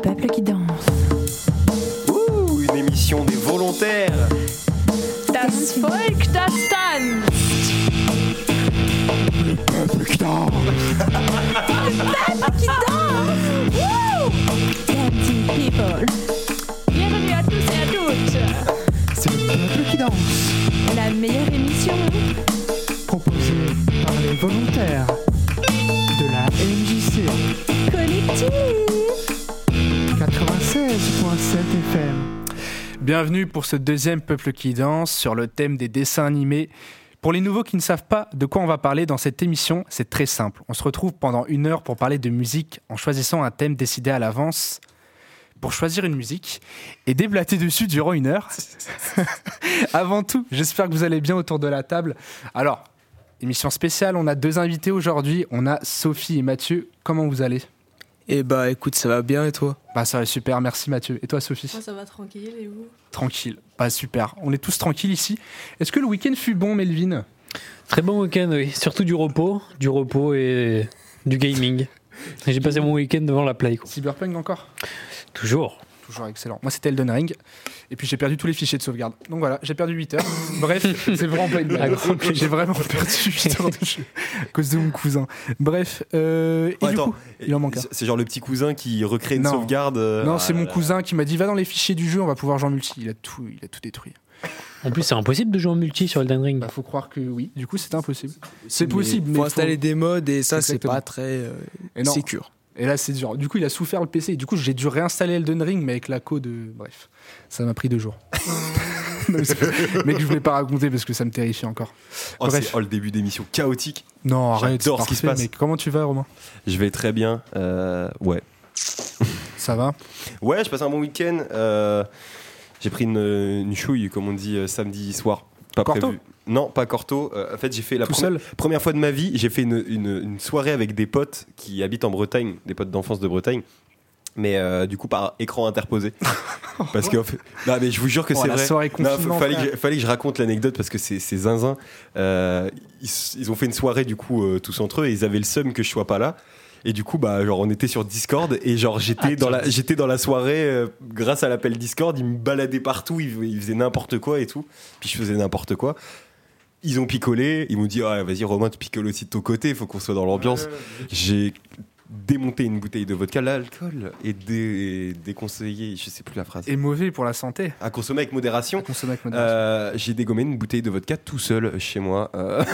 peuple qui danse. Ouh, une émission des volontaires. Das Volk, das tanzt. Le peuple qui danse. Le peuple qui danse. Woo! Dancing people. Bienvenue à tous et à toutes. C'est le peuple qui danse. La meilleure émission Proposée par les volontaires de la MJC collective. 96.7 FM. Bienvenue pour ce deuxième Peuple qui danse sur le thème des dessins animés. Pour les nouveaux qui ne savent pas de quoi on va parler dans cette émission, c'est très simple. On se retrouve pendant 1 heure pour parler de musique en choisissant un thème décidé à l'avance pour choisir une musique et déblater dessus durant 1 heure. Avant tout, j'espère que vous allez bien autour de la table. Alors, émission spéciale, on a 2 invités aujourd'hui. On a Sophie et Mathieu. Comment vous allez ? Eh bah écoute, ça va bien et toi ? Bah ça va super, merci Mathieu. Et toi Sophie ? Moi ça va tranquille et vous ? Tranquille, bah super. On est tous tranquilles ici. Est-ce que le week-end fut bon, Melvin ? Très bon week-end, oui. Surtout du repos et du gaming. Et j'ai passé mon week-end devant la Play, quoi. Cyberpunk encore ? Toujours. Toujours excellent. Moi c'était Elden Ring. Et puis j'ai perdu tous les fichiers de sauvegarde. Donc voilà, j'ai perdu 8 heures. Bref, c'est vraiment pas une blague. J'ai vraiment perdu 8 heures de jeu à cause de mon cousin. Bref, et du coup, il en manque un. C'est genre le petit cousin qui recrée une Non. sauvegarde. Non, c'est mon cousin qui m'a dit va dans les fichiers du jeu, on va pouvoir jouer en multi. Il a tout détruit. En plus, c'est impossible de jouer en multi sur Elden Ring. Bah faut croire que oui. Du coup, c'est impossible. C'est possible, mais faut installer des mods et ça, Exactement. c'est pas très Et non. sécure. Et là, c'est dur. Du coup, il a souffert le PC. Et du coup, j'ai dû réinstaller Elden Ring, mais avec la code. Bref, ça m'a pris 2 jours. Mais que je voulais pas raconter parce que ça me terrifie encore. Oh, Bref. c'est le début d'émission chaotique. Non, arrête. J'adore c'est ce qui se parfait, passe. mec. Comment tu vas, Romain ? Je vais très bien. Ouais. Ça va ? Ouais, je passe un bon week-end. J'ai pris une chouille, comme on dit, samedi soir. Pas Corto ? prévu. Non, pas Corto. En fait, j'ai fait la Tout seul ? première fois de ma vie, j'ai fait une soirée avec des potes qui habitent en Bretagne, des potes d'enfance de Bretagne. Mais du coup, par écran interposé. Parce que, en fait, non, mais je vous jure que c'est la vrai. soirée Non, confinement, fallait frère. que je raconte l'anecdote parce que c'est zinzin. Ils ont fait une soirée du coup tous entre eux et ils avaient le seum que je sois pas là. Et du coup, bah, genre, on était sur Discord et genre, j'étais dans la soirée grâce à l'appel Discord. Ils me baladaient partout, ils faisaient n'importe quoi et tout. Puis je faisais n'importe quoi. Ils ont picolé, ils m'ont dit ah, vas-y Romain, tu picoles aussi de ton côté, il faut qu'on soit dans l'ambiance. J'ai démonté une bouteille de vodka. L'alcool est déconseillé, je sais plus la phrase. Et mauvais pour la santé. À consommer avec modération. Consommer avec modération. J'ai dégommé une bouteille de vodka tout seul chez moi.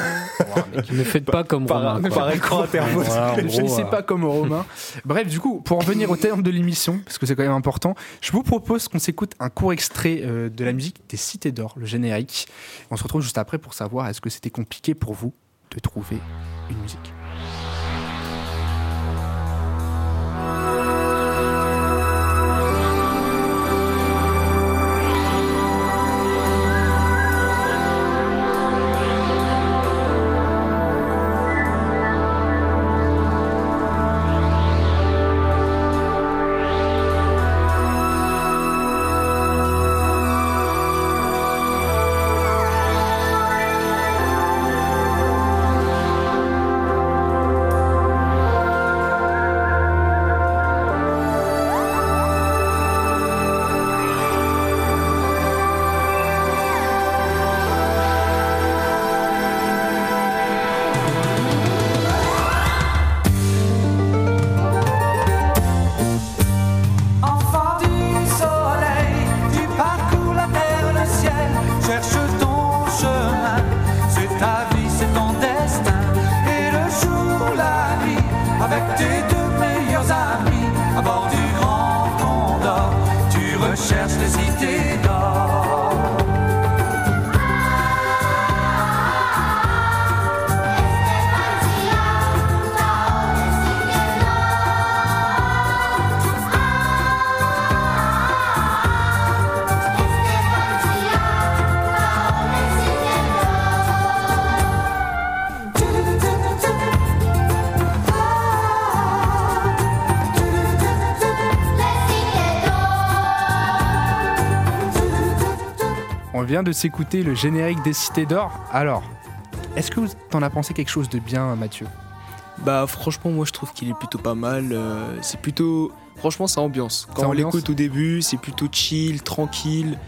Ne faites pas comme Romain. Par écran interposé. Voilà, en Ne gros, finissez pas comme Romain. Bref, du coup, pour en venir au terme de l'émission, parce que c'est quand même important, je vous propose qu'on s'écoute un court extrait de la musique des Cités d'Or, le générique. On se retrouve juste après pour savoir est-ce que c'était compliqué pour vous de trouver une musique. Enfant du soleil, tu parcours la terre, le ciel, cherche ton chemin. C'est ta vie, c'est ton destin. Et le jour, la nuit, avec tes 2 meilleurs amis, à bord du grand Condor, tu recherches les cités d'or. On vient de s'écouter le générique des Cités d'Or. Alors, est-ce que t'en as pensé quelque chose de bien, Mathieu ? Bah franchement moi je trouve qu'il est plutôt pas mal. C'est plutôt... Franchement ça ambiance. Quand Ça on ambiance. l'écoute au début c'est plutôt chill, tranquille.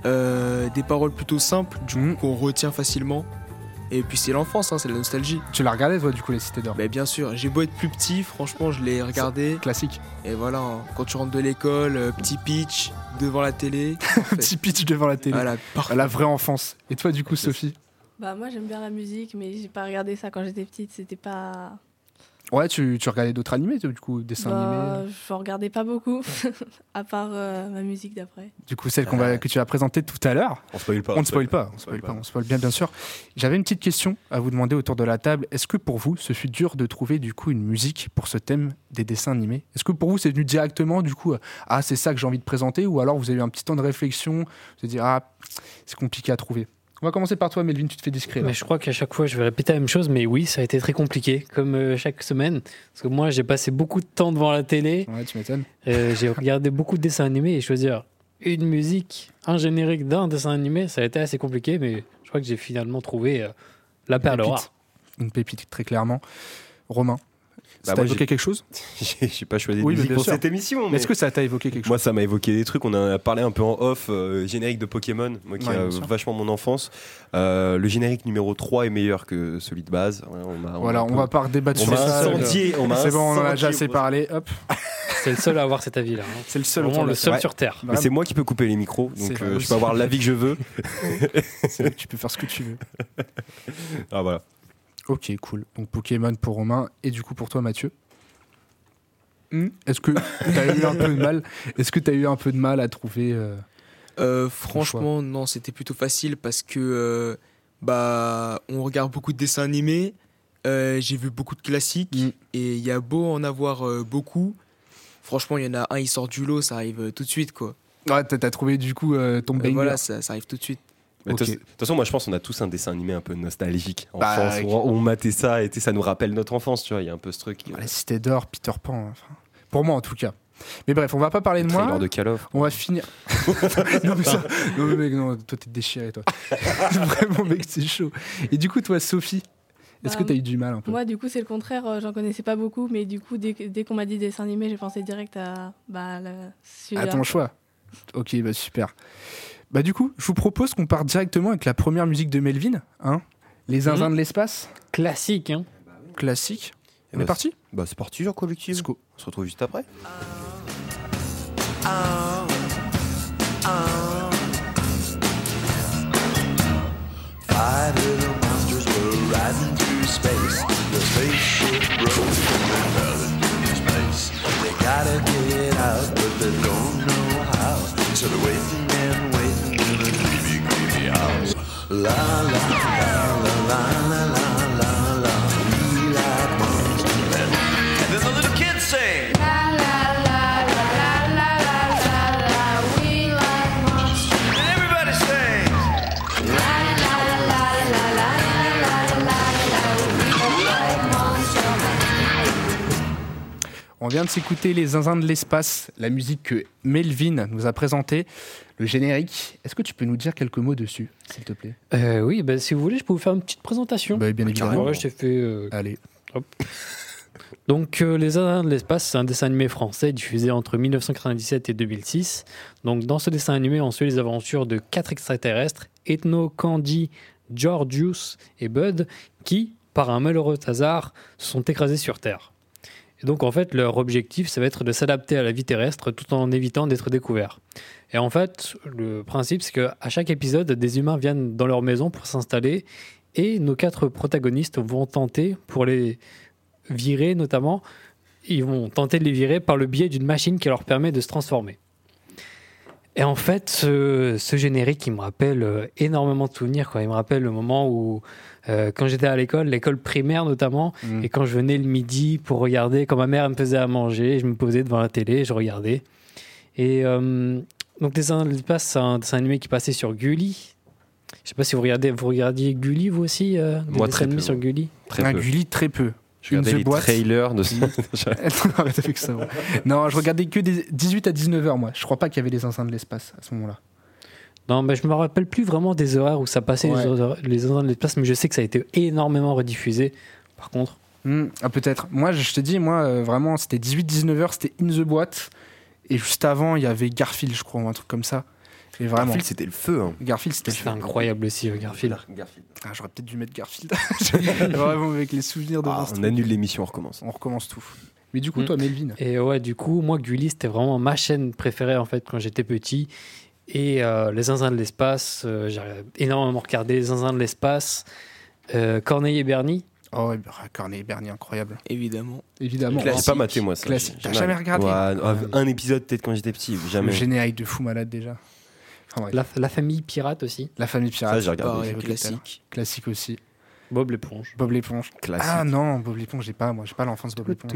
Des paroles plutôt simples du coup qu'on retient facilement. Et puis c'est l'enfance, hein, c'est la nostalgie. Tu l'as regardé toi du coup les Cités d'Or? Bah bien sûr, j'ai beau être plus petit, franchement je l'ai regardé. Classique. Et voilà, hein, quand tu rentres de l'école, petit pitch devant la télé. Petit pitch devant la télé. Voilà, parfait. La vraie enfance. Et toi du coup Sophie? Bah moi j'aime bien la musique, mais j'ai pas regardé ça quand j'étais petite, c'était pas... Ouais, tu regardais d'autres animés toi, du coup, dessins animés? Je regardais pas beaucoup, à part ma musique d'après. Du coup celle que tu vas présenter tout à l'heure. On spoil pas. On ne spoil pas, on spoil bien sûr. J'avais une petite question à vous demander autour de la table. Est-ce que pour vous, ce fut dur de trouver du coup une musique pour ce thème des dessins animés? Est-ce que pour vous, c'est venu directement du coup, ah c'est ça que j'ai envie de présenter, ou alors vous avez eu un petit temps de réflexion, vous avez dit ah c'est compliqué à trouver? On va commencer par toi, Melvin, tu te fais discret. Là. Mais je crois qu'à chaque fois, je vais répéter la même chose, mais oui, ça a été très compliqué, comme chaque semaine. Parce que moi, j'ai passé beaucoup de temps devant la télé. Ouais, tu m'étonnes. J'ai regardé beaucoup de dessins animés et choisir une musique, un générique d'un dessin animé, ça a été assez compliqué, mais je crois que j'ai finalement trouvé la perle rare. Une pépite, très clairement. Romain, ça t'a moi, évoqué quelque chose? J'ai pas choisi de Oui, mais musique bien pour sûr. cette émission. Mais est-ce que ça t'a évoqué quelque chose? Moi, ça m'a évoqué des trucs. On en a parlé un peu en off. Générique de Pokémon, moi qui Ouais, a bien sûr. vachement mon enfance. Le générique numéro 3 est meilleur que celui de base. Ouais, On va pas redébattre on sur m'a ça. incendié. C'est bon, on en a déjà assez parlé. Hop, C'est le seul à avoir cet avis-là. Hein. c'est le seul. Vraiment autour de le la seul Ouais. sur Terre. Mais c'est moi qui peux couper les micros, C'est donc vrai je aussi. peux avoir l'avis que je veux. table. Tu peux faire ce que tu veux. Ah voilà. Ok, cool. Donc Pokémon pour Romain et du coup pour toi, Mathieu. Est-ce que t'as eu un peu de mal? Est-ce que t'as eu un peu de mal à trouver Franchement, non, c'était plutôt facile parce que on regarde beaucoup de dessins animés. J'ai vu beaucoup de classiques et il y a beau en avoir beaucoup. Franchement, il y en a un, il sort du lot, ça arrive tout de suite, quoi. Ouais, t'as trouvé du coup ton banger. Voilà, ça arrive tout de suite. Mais Ok. De toute façon, moi je pense qu'on a tous un dessin animé un peu nostalgique. Bah, Enfance, avec- où on matait ça et tu sais, ça nous rappelle notre enfance, tu vois. Il y a un peu ce truc. La Cité d'Or, Peter Pan. Enfin, pour moi en tout cas. Mais bref, on va pas parler de moi. Trailer de Call of. On va finir. non, mais ça... non, mais mec, non, toi t'es déchiré, toi. Vraiment, mec, c'est chaud. Et du coup, toi, Sophie, est-ce que t'as eu du mal un peu? Moi, du coup, c'est le contraire. J'en connaissais pas beaucoup, mais du coup, dès qu'on m'a dit dessin animé, j'ai pensé direct à celui-là. À ton choix. Ok, bah super. Bah du coup, je vous propose qu'on parte directement avec la première musique de Melvin, hein, Les Zinzins de l'espace, Classique, hein. classique. On bah, est parti? Bah c'est parti, genre collectif. Let's go. On se retrouve juste après. Five little monsters were riding through space. The spaceship broke and they fell into space. They gotta get out, but they don't know how. So they're waiting and waiting in a creepy, creepy house. La la la la la la la la la. We like monsters. And then the little kids sing. And everybody sings. On vient de s'écouter Les Zinzins de l'espace, la musique que Melvin nous a présentée, le générique. Est-ce que tu peux nous dire quelques mots dessus, s'il te plaît? Oui, bah, si vous voulez, je peux vous faire une petite présentation. Bah, bien évidemment. Ouais, je t'ai fait. Allez. Donc, Les Zinzins de l'espace, c'est un dessin animé français diffusé entre 1997 et 2006. Donc, dans ce dessin animé, on suit les aventures de 4 extraterrestres, Ethno, Candy, Georgius et Bud, qui, par un malheureux hasard, se sont écrasés sur Terre. Et donc, en fait, leur objectif, ça va être de s'adapter à la vie terrestre tout en évitant d'être découverts. Et en fait, le principe, c'est qu'à chaque épisode, des humains viennent dans leur maison pour s'installer et nos 4 protagonistes vont tenter, pour les virer notamment, ils vont tenter de les virer par le biais d'une machine qui leur permet de se transformer. Et en fait, ce générique, il me rappelle énormément de souvenirs, quoi. Il me rappelle le moment où, quand j'étais à l'école primaire notamment, et quand je venais le midi pour regarder, quand ma mère elle me faisait à manger, je me posais devant la télé, je regardais. Et donc, Les Zinzins de l'espace, c'est un dessin animé qui passait sur Gulli. Je sais pas si vous regardiez Gulli, vous aussi, des Moi, dessins très animés peu, sur moi. Gulli. Très Un peu. Gulli, très peu. Je regardais les trailers de Arrête avec ça. Ouais. Non, je regardais que des 18 à 19h, moi. Je crois pas qu'il y avait les Zinzins de l'espace à ce moment-là. Non, mais je me rappelle plus vraiment des horaires où ça passait Ouais. les Zinzins de l'espace, mais je sais que ça a été énormément rediffusé. Par contre, Ah, peut-être. Moi, je te dis, vraiment, c'était 18-19h, c'était In the Boîte. Et juste avant, il y avait Garfield, je crois, ou un truc comme ça. Et vraiment. Garfield, c'était le feu. Hein. Garfield, c'était C'était incroyable aussi, Garfield. Ah, j'aurais peut-être dû mettre Garfield. Vraiment, avec les souvenirs de On annule l'émission, on recommence. On recommence tout. Mais du coup, toi, Melvin. Et ouais, du coup, moi, Gulli, c'était vraiment ma chaîne préférée, en fait, quand j'étais petit. Et les Zinzins de l'espace, j'ai énormément regardé les Zinzins de l'espace. Corneille et Bernie. Oh, ouais, Corneille et Bernie, incroyable. Évidemment. Évidemment. J'ai pas maté, moi, ça. Classique. T'as jamais regardé Un épisode, peut-être, quand j'étais petit. Le Jamais. générique de Fou Malade, déjà. Enfin, bref. La famille pirate aussi. La famille pirate. Ça, j'ai regardé. pareil, Pareil, classique. Classique aussi. Bob l'éponge. Bob l'éponge. Classique. Ah non, Bob l'éponge, j'ai pas l'enfance de Bob l'éponge.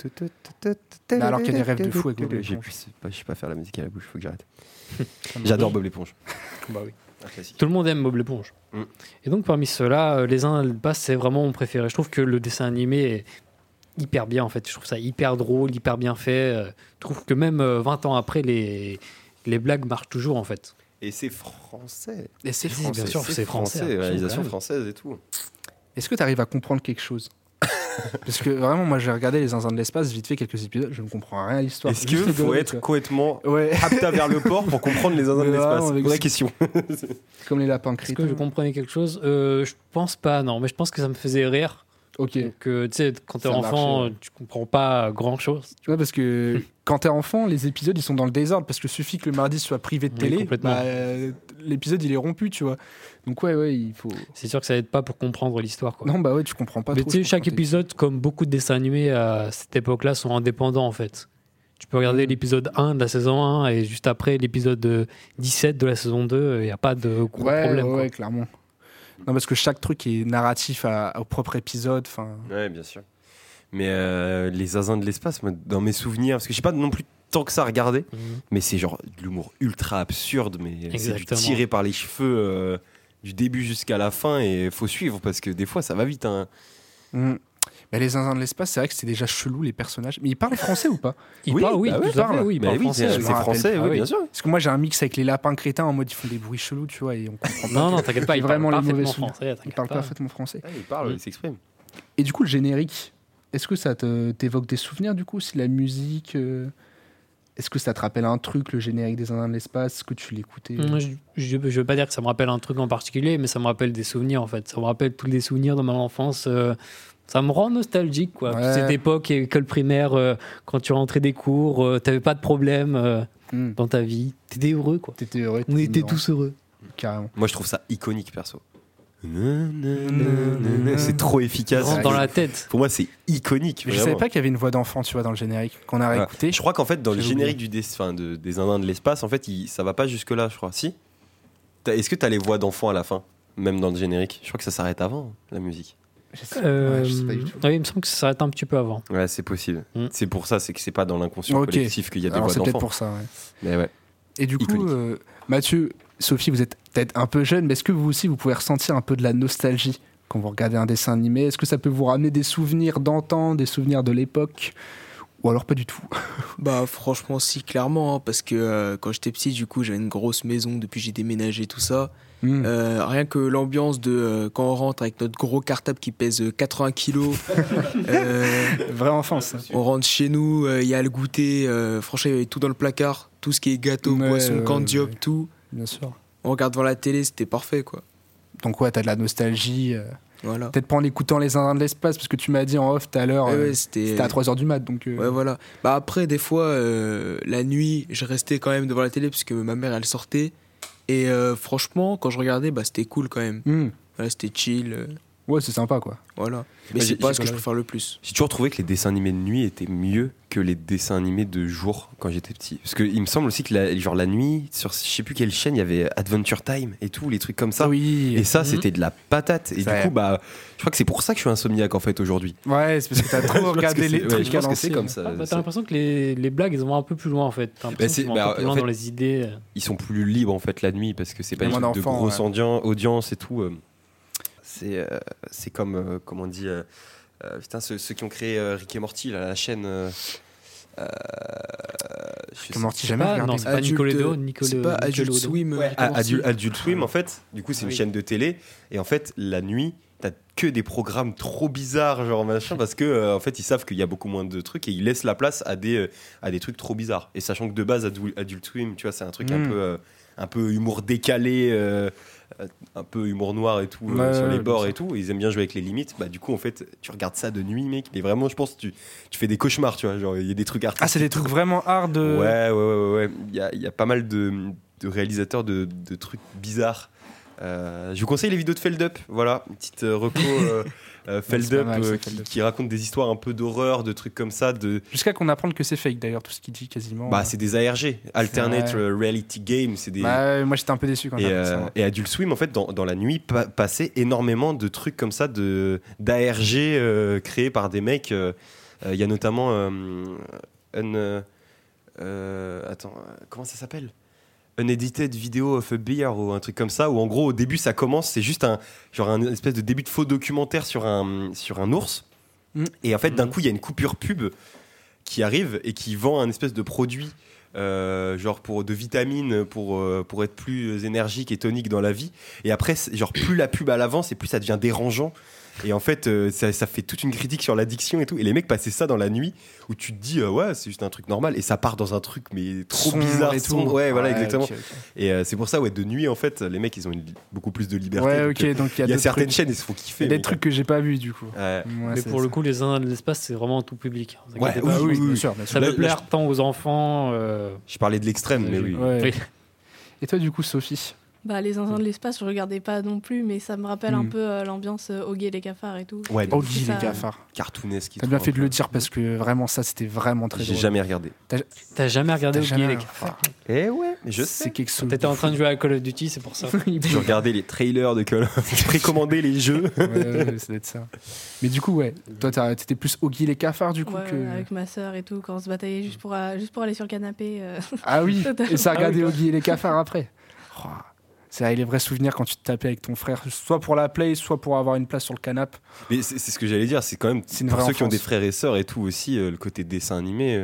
Mais alors qu'il y a des rêves de fou avec Bob l'éponge. Je sais pas faire la musique à la bouche, faut que j'arrête. Ça me J'adore dit. Bob l'éponge. Bah oui. Un classique. Tout le monde aime Bob l'éponge. Mm. Et donc, parmi ceux-là, les Zinzins de l'espace, c'est vraiment mon préféré. Je trouve que le dessin animé est hyper bien, en fait. Je trouve ça hyper drôle, hyper bien fait. Je trouve que même 20 ans après, les blagues marchent toujours, en fait. Et c'est français. Et c'est Oui, français. bien sûr, c'est français, Réalisation absolument. française et tout. Est-ce que tu arrives à comprendre quelque chose? Parce que vraiment, moi j'ai regardé les Zinzins de l'espace, vite fait quelques épisodes, je ne comprends rien à l'histoire. Est-ce Juste qu'il les faut gars, être tu vois. complètement Ouais, apta vers le port pour comprendre les zinzins de Ouais, l'espace? avec Vraie ce- question. comme les lapins Est-ce que crétins. je comprenais quelque chose Je pense pas, non. Mais je pense que ça me faisait rire. Ok. Donc, tu sais, quand t'es Ça enfant, marchait, ouais. tu comprends pas grand-chose. Tu vois, parce que quand t'es enfant, les épisodes ils sont dans le désordre, parce que suffit que le mardi soit privé de Oui, télé, complètement. bah, l'épisode il est rompu, tu vois. Donc ouais, il faut. C'est sûr que ça aide pas pour comprendre l'histoire, quoi. Non, bah ouais, tu comprends pas Mais trop. tu sais, je chaque pense, quand t'es- épisode, comme beaucoup de dessins animés à cette époque-là, sont indépendants en fait. Tu peux regarder l'épisode 1 de la saison 1 et juste après l'épisode 17 de la saison 2, il n'y a pas de gros Ouais, problème. ouais, quoi. ouais, clairement. Non, parce que chaque truc est narratif au propre épisode. Enfin, Ouais, bien sûr. Mais les zinzins de l'espace, moi, dans mes souvenirs, parce que je sais pas non plus tant que ça regarder, Mhm. mais c'est genre de l'humour ultra absurde, mais c'est du Exactement. tiré par les cheveux du début jusqu'à la fin, et faut suivre parce que des fois ça va vite. Hein. Mais les Zinzins de l'espace, c'est vrai que c'est déjà chelou les personnages. Mais ils parlent français ou pas? Il Oui, parle, oui, bah ouais, tout à fait, oui, il Bah parle oui, français. c'est je me rappelle français, pas, oui, oui. bien sûr. Parce que moi j'ai un mix avec les lapins crétins en mode ils font des bruits chelous, tu vois, et on comprend pas. Non, non, t'inquiète pas, il Vraiment parle les mauvais parfaitement souvenirs. français. Ils t'inquiète parlent pas. parfaitement français. Ah, il parle, Mm. il s'exprime. Et du coup, le générique, est-ce que ça t'évoque des souvenirs du coup? Si la musique. Est-ce que ça te rappelle un truc, le générique des Zinzins de l'espace? Est-ce que tu l'écoutais? Je veux pas dire que ça me rappelle un truc en particulier, mais ça me rappelle des souvenirs en fait. Ça me rappelle tous les souvenirs de mon enfance. Ça me rend nostalgique, quoi. Ouais. Cette époque, école primaire, quand tu rentrais des cours, t'avais pas de problème dans ta vie. T'étais heureux, quoi. T'étais heureux? On était marrant, tous heureux. carrément. Moi je trouve ça iconique perso. C'est trop efficace. Rentre dans la tête. Pour moi c'est iconique. Mais je vraiment. savais pas qu'il y avait une voix d'enfant, tu vois, dans le générique qu'on a Voilà. réécouté. Je crois qu'en fait dans le J'avais générique des Indiens de l'espace, en fait ça va pas jusque là, je crois. Si. Est-ce que t'as les voix d'enfants à la fin, même dans le générique? Je crois que ça s'arrête avant la musique. Je sais ouais, je sais pas du tout. Oui, il me semble que ça s'arrête un petit peu avant. Ouais, c'est possible. Mm. C'est pour ça, c'est que c'est pas dans l'inconscient Ok. collectif qu'il y a des Alors voix c'est peut-être d'enfants. pour ça, ouais. Mais ouais. Et du coup, Iconique. Mathieu, Sophie, vous êtes peut-être un peu jeune, mais est-ce que vous aussi, vous pouvez ressentir un peu de la nostalgie quand vous regardez un dessin animé? Est-ce que ça peut vous ramener des souvenirs d'antan, des souvenirs de l'époque? Ou alors pas du tout? Bah franchement si, clairement, hein, parce que quand j'étais petit, du coup, j'avais une grosse maison, depuis j'ai déménagé, tout ça. Rien que l'ambiance de quand on rentre avec notre gros cartable qui pèse 80 kilos, Vraie enfance. on rentre chez nous, il y a le goûter, franchement il y avait tout dans le placard, tout ce qui est gâteau, Ouais, boisson, ouais, candiop, ouais. tout. Bien sûr. On regarde devant la télé, c'était parfait quoi. Donc ouais, t'as de la nostalgie. Voilà. Peut-être pas en écoutant les Indiens de l'espace, parce que tu m'as dit en off tout à l'heure, Ouais, ouais, c'était c'était à 3h du mat. Donc, Ouais, voilà. Bah après, des fois, la nuit, je restais quand même devant la télé parce que ma mère, elle sortait. Et franchement, quand je regardais, bah, c'était cool quand même. Voilà, c'était chill. Ouais, c'est sympa quoi. Voilà. Mais Ouais, c'est pas ce que je voilà. préfère le plus. J'ai toujours trouvé que les dessins animés de nuit étaient mieux que les dessins animés de jour quand j'étais petit. Parce qu'il me semble aussi que la nuit, sur je sais plus quelle chaîne, il y avait Adventure Time et tout, les trucs comme ça. Oui. Et ça, c'était de la patate. Et Ça, du coup, bah, je crois que c'est pour ça que je suis insomniaque en fait aujourd'hui. Ouais, c'est parce que t'as trop Je pense regardé que les c'est- ouais, trucs je pense à que c'est l'ancienne. comme ça. Ah, bah, t'as l'impression que les blagues, elles vont un peu plus loin en fait. T'as l'impression c'est- qu'ils vont un peu plus en loin fait, dans les idées. Ils sont plus libres en fait la nuit parce que c'est pas Il y des a moins trucs de d'enfants, grosse ouais. audience et tout. C'est comme, comment on dit, putain, ceux qui ont créé Rick et Morty, là, la chaîne. je Que Morty, sais jamais Ah, regardé. non, c'est pas Adulte, Nickelodeon. C'est pas Adult Nickelodeon. Swim. Ouais, Rick and Morty. Adult Swim, en fait, du coup, c'est une Oui. chaîne de télé. Et en fait, la nuit, t'as que des programmes trop bizarres, genre machin, parce que en fait, ils savent qu'il y a beaucoup moins de trucs et ils laissent la place à des trucs trop bizarres. Et sachant que de base, Adult Swim, tu vois, c'est un truc un peu humour décalé, un peu humour noir et tout, Ouais, sur les ouais, bords bien et tout. Ils aiment bien jouer avec les limites. Bah, du coup, en fait, tu regardes ça de nuit, mec. Mais vraiment, je pense que tu fais des cauchemars, tu vois. Genre, il y a des trucs artistiques. Ah, c'est des trucs vraiment hard. Ouais. Il y a pas mal de réalisateurs de trucs bizarres. Je vous conseille les vidéos de Feldup. Voilà, une petite reco Feldup pas mal, ça, qui Feldup. raconte des histoires un peu d'horreur, de trucs comme ça. Jusqu'à qu'on apprenne que c'est fake d'ailleurs, tout ce qu'il dit quasiment. Bah, c'est des ARG, Alternate Ouais. Reality Game. C'est des. Bah, moi j'étais un peu déçu quand Et, j'ai appris ça. et Adult Swim, en fait, dans la nuit, passait énormément de trucs comme ça, d'ARG créés par des mecs. Il y a notamment comment ça s'appelle? Unedited Video of a Beer ou un truc comme ça, où en gros, au début, ça commence, c'est juste un espèce de début de faux documentaire sur un ours. Et en fait, d'un coup, il y a une coupure pub qui arrive et qui vend un espèce de produit. Genre de vitamines pour être plus énergique et tonique dans la vie. Et après, genre plus la pub à l'avance et plus ça devient dérangeant. Et en fait, ça fait toute une critique sur l'addiction et tout. Et les mecs passaient ça dans la nuit où tu te dis ouais, c'est juste un truc normal. Et ça part dans un truc mais trop Sombre bizarre et tout. sombre. Ouais, voilà, exactement. ok. Et c'est pour ça, ouais, de nuit, en fait, les mecs, ils ont beaucoup plus de liberté. Ouais, Donc, ok, donc il y a, il y a d'autres certaines trucs. chaînes, ils se font Il y kiffer. a des mec. trucs que j'ai pas vu du coup. Ouais. Ouais, Mais c'est pour le ça. coup, les Indiens de l'espace, c'est vraiment tout public. Vous Ouais, inquiétez oui, pas. oui, bien sûr, bien sûr. Ça Là, peut plaire tant aux enfants. Je parlais de l'extrême, mais oui. Ouais. Oui. Et toi, du coup, Sophie? Bah, les zinzins de l'espace, je regardais pas non plus, mais ça me rappelle un peu l'ambiance Oggy et les cafards et tout. Ouais, Oh, Puis Guy, ça- les cafards. cartoonesque. T'as bien fait de le dire parce que vraiment, ça, c'était vraiment très J'ai drôle. jamais regardé. T'as jamais regardé T'as Oggy jamais et les regardé. cafards? Eh ouais, mais je C'est sais. quelque chose. T'étais en train de jouer à Call of Duty, c'est pour ça. Je regardais les trailers de Call of Duty, précommandais les jeux. Ouais, ça doit être ça. Mais du coup, ouais, toi, t'étais plus Oggy les cafards, du coup, Ouais, que. avec ma sœur et tout, quand on se bataillait juste pour aller sur le canapé. Ah oui, et ça regardait Ah oui, Oggy et les cafards après. Oh, c'est les vrais souvenirs quand tu te tapais avec ton frère, soit pour la play, soit pour avoir une place sur le canapé. Mais c'est ce que j'allais dire, c'est quand même C'est une pour vraie ceux qui ont enfance. des frères et sœurs et tout aussi, le côté dessin animé.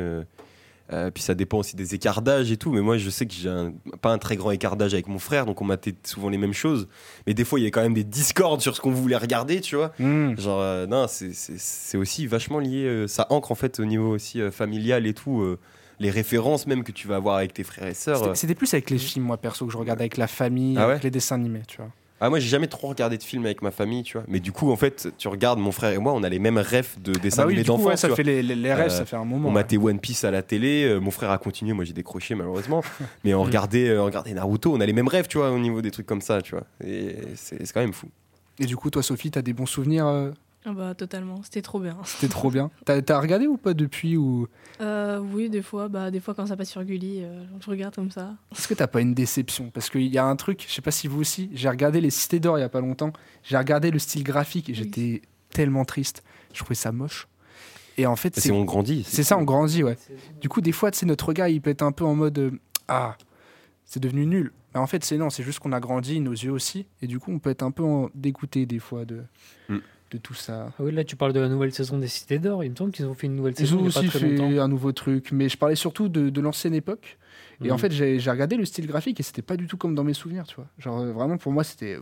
Puis ça dépend aussi des écarts d'âge et tout. Mais moi, je sais que j'ai pas un très grand écart d'âge avec mon frère, donc on matait souvent les mêmes choses. Mais des fois, il y a quand même des discords sur ce qu'on voulait regarder, tu vois. Genre, non, c'est aussi vachement lié. Ça ancre en fait au niveau aussi familial et tout. Les références même que tu vas avoir avec tes frères et sœurs. C'était plus avec les films, moi, perso, que je regardais avec la famille, Ah ouais avec les dessins animés, tu vois. Ah, moi, j'ai jamais trop regardé de films avec ma famille, tu vois. Mais du coup, en fait, tu regardes mon frère et moi, on a les mêmes rêves de dessins Ah oui, animés du coup, d'enfance. ouais, ça tu vois. fait les rêves, ça fait un moment. On ouais. matait One Piece à la télé, mon frère a continué, moi j'ai décroché malheureusement, mais on regardait Naruto, on a les mêmes rêves, tu vois, au niveau des trucs comme ça, tu vois, et c'est quand même fou. Et du coup, toi, Sophie, t'as des bons souvenirs Ah bah, totalement, c'était trop bien. C'était trop bien. T'as regardé ou pas depuis ou... Oui, des fois quand ça passe sur Gulli, je regarde comme ça. Est-ce que t'as pas une déception? Parce qu'il y a un truc, je sais pas si vous aussi, j'ai regardé les Cités d'Or il y a pas longtemps, j'ai regardé le style graphique et j'étais tellement triste. Je trouvais ça moche. Et en fait, C'est on grandit. c'est ça, on grandit, ouais. Du coup, des fois, tu sais, notre regard, il peut être un peu en mode ah, c'est devenu nul. Mais en fait, c'est juste qu'on a grandi, nos yeux aussi. Et du coup, on peut être un peu dégoûté des fois de tout ça. Ah oui, là, tu parles de la nouvelle saison des Cités d'Or. Il me semble qu'ils ont fait une nouvelle Ils saison ont il y a pas aussi très fait longtemps. un nouveau truc. Mais je parlais surtout de l'ancienne époque. Et Mhm. en fait, j'ai regardé le style graphique et c'était pas du tout comme dans mes souvenirs, tu vois. Genre, vraiment, pour moi, c'était.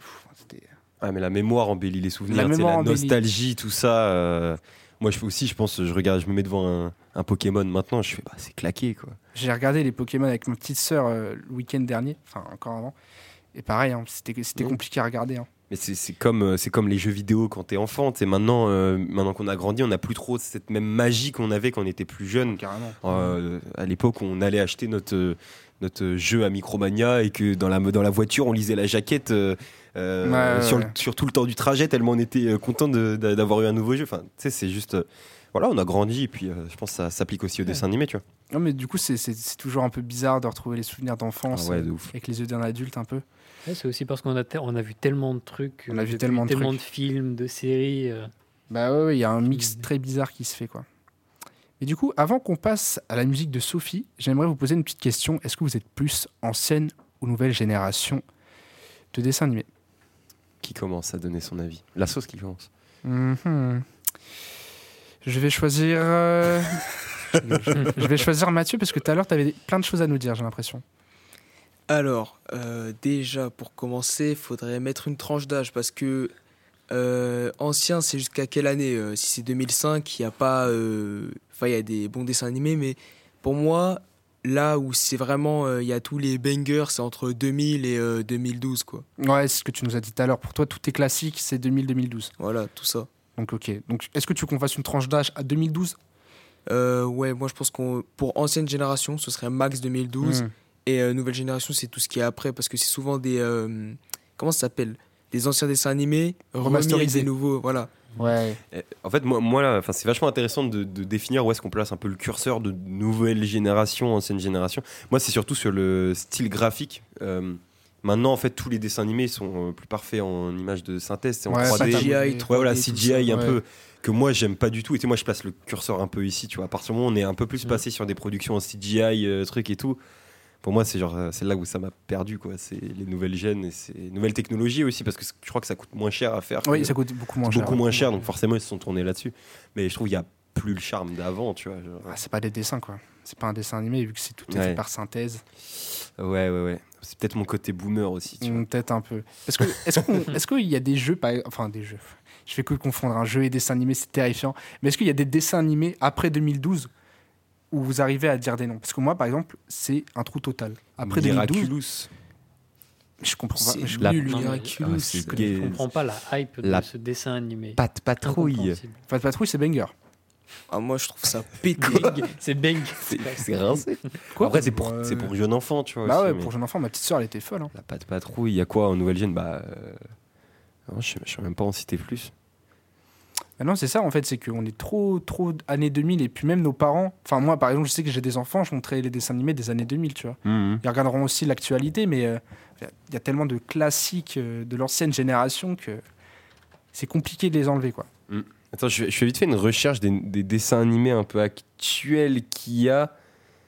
Ah, mais la mémoire embellit les souvenirs, La c'est mémoire la embellit. nostalgie, tout ça. Moi je pense, je me mets devant un Pokémon maintenant, je fais bah c'est claqué quoi. J'ai regardé les Pokémon avec ma petite sœur le week-end dernier, enfin encore avant. Et pareil, hein, c'était compliqué à regarder. Hein. Mais c'est comme les jeux vidéo quand t'es enfant. T'sais, maintenant qu'on a grandi, on n'a plus trop cette même magie qu'on avait quand on était plus jeune. Carrément. À l'époque, on allait acheter notre jeu à Micromania et que dans la voiture, on lisait la jaquette sur tout le temps du trajet tellement on était content d'avoir eu un nouveau jeu. Enfin, tu sais, c'est juste... voilà, on a grandi et puis je pense que ça s'applique aussi au dessin animé, tu vois. Non, mais du coup, c'est toujours un peu bizarre de retrouver les souvenirs d'enfance Ah ouais, de ouf. avec les yeux d'un adulte un peu. Ouais, c'est aussi parce qu'on a vu tellement de trucs, On a vu tellement de trucs. de films, de séries. Bah ouais, il y a un mix très bizarre qui se fait, quoi. Et du coup, avant qu'on passe à la musique de Sophie, j'aimerais vous poser une petite question. Est-ce que vous êtes plus ancienne ou nouvelle génération de dessins animés? Qui commence à donner son avis? La sauce qui commence. Je vais choisir... Je vais choisir Mathieu parce que tout à l'heure, tu avais plein de choses à nous dire, j'ai l'impression. Alors, déjà, pour commencer, il faudrait mettre une tranche d'âge parce que ancien, c'est jusqu'à quelle année Si c'est 2005, il y a pas... Enfin, il y a des bons dessins animés, mais pour moi, là où c'est vraiment... Il y a tous les bangers, c'est entre 2000 et 2012, quoi. Ouais, c'est ce que tu nous as dit tout à l'heure. Pour toi, tout est classique, c'est 2000-2012. Voilà, tout ça. Donc, ok. Donc, est-ce que tu veux qu'on fasse une tranche d'âge à 2012 ? Ouais, moi, je pense qu'on pour ancienne génération, ce serait max 2012. Et nouvelle génération, c'est tout ce qui est après, parce que c'est souvent des... comment ça s'appelle ? Des anciens dessins animés remis avec Remasterisés. des nouveaux, voilà. Ouais. En fait, moi là, c'est vachement intéressant de définir où est-ce qu'on place un peu le curseur de nouvelle génération, ancienne génération. Moi, c'est surtout sur le style graphique. Maintenant, en fait, tous les dessins animés sont plus parfaits en images de synthèse, c'est en Ouais, 3D. CGI, 3D, Ouais, voilà, tout CGI ça. un ouais. peu que moi j'aime pas du tout. Et tu sais, moi je place le curseur un peu ici, tu vois. À partir du moment où on est un peu plus passé sur des productions en CGI, trucs et tout. Pour moi, c'est là où ça m'a perdu, quoi. C'est les nouvelles gènes et c'est les nouvelles technologies aussi, parce que je crois que ça coûte moins cher à faire. Oui, que- ça coûte beaucoup moins c'est cher. beaucoup moins cher, donc forcément ils se sont tournés là-dessus. Mais je trouve qu'il y a plus le charme d'avant, tu vois. Ah, c'est pas des dessins, quoi. C'est pas un dessin animé, vu que c'est tout est fait Ouais. par synthèse. Ouais. C'est peut-être mon côté boomer aussi, tu vois. Peut-être un peu. Est-ce qu'il y a des jeux, enfin des jeux. Je fais que confondre un jeu et dessin animé, c'est terrifiant. Mais est-ce qu'il y a des dessins animés après 2012 où vous arrivez à dire des noms ? Parce que moi, par exemple, c'est un trou total. Après 2012, Miraculous. je comprends pas. C'est Je- La- nul, Non, mais- Miraculous. Ah, c'est Je gay. comprends pas la hype de La ce dessin animé. Pat Patrouille. Incompréhensible. Fat Patrouille, c'est banger. Ah, moi, je trouve ça pété. C'est bang. C'est rincé. Quoi ? Après, c'est pour, Ouais. c'est pour jeune enfant, tu vois. Bah aussi, ouais, mais pour jeune enfant, ma petite soeur, elle était folle. Hein. La Pat Patrouille, il y a quoi en nouvelle gène non, je sais même pas en citer plus. Ah non, c'est ça en fait, c'est qu'on est trop années 2000 et puis même nos parents. Enfin, moi par exemple, je sais que j'ai des enfants, je montrais les dessins animés des années 2000, tu vois. Ils regarderont aussi l'actualité, mais il y a tellement de classiques de l'ancienne génération que c'est compliqué de les enlever, quoi. Attends, je fais vite fait une recherche des dessins animés un peu actuels qu'il y a.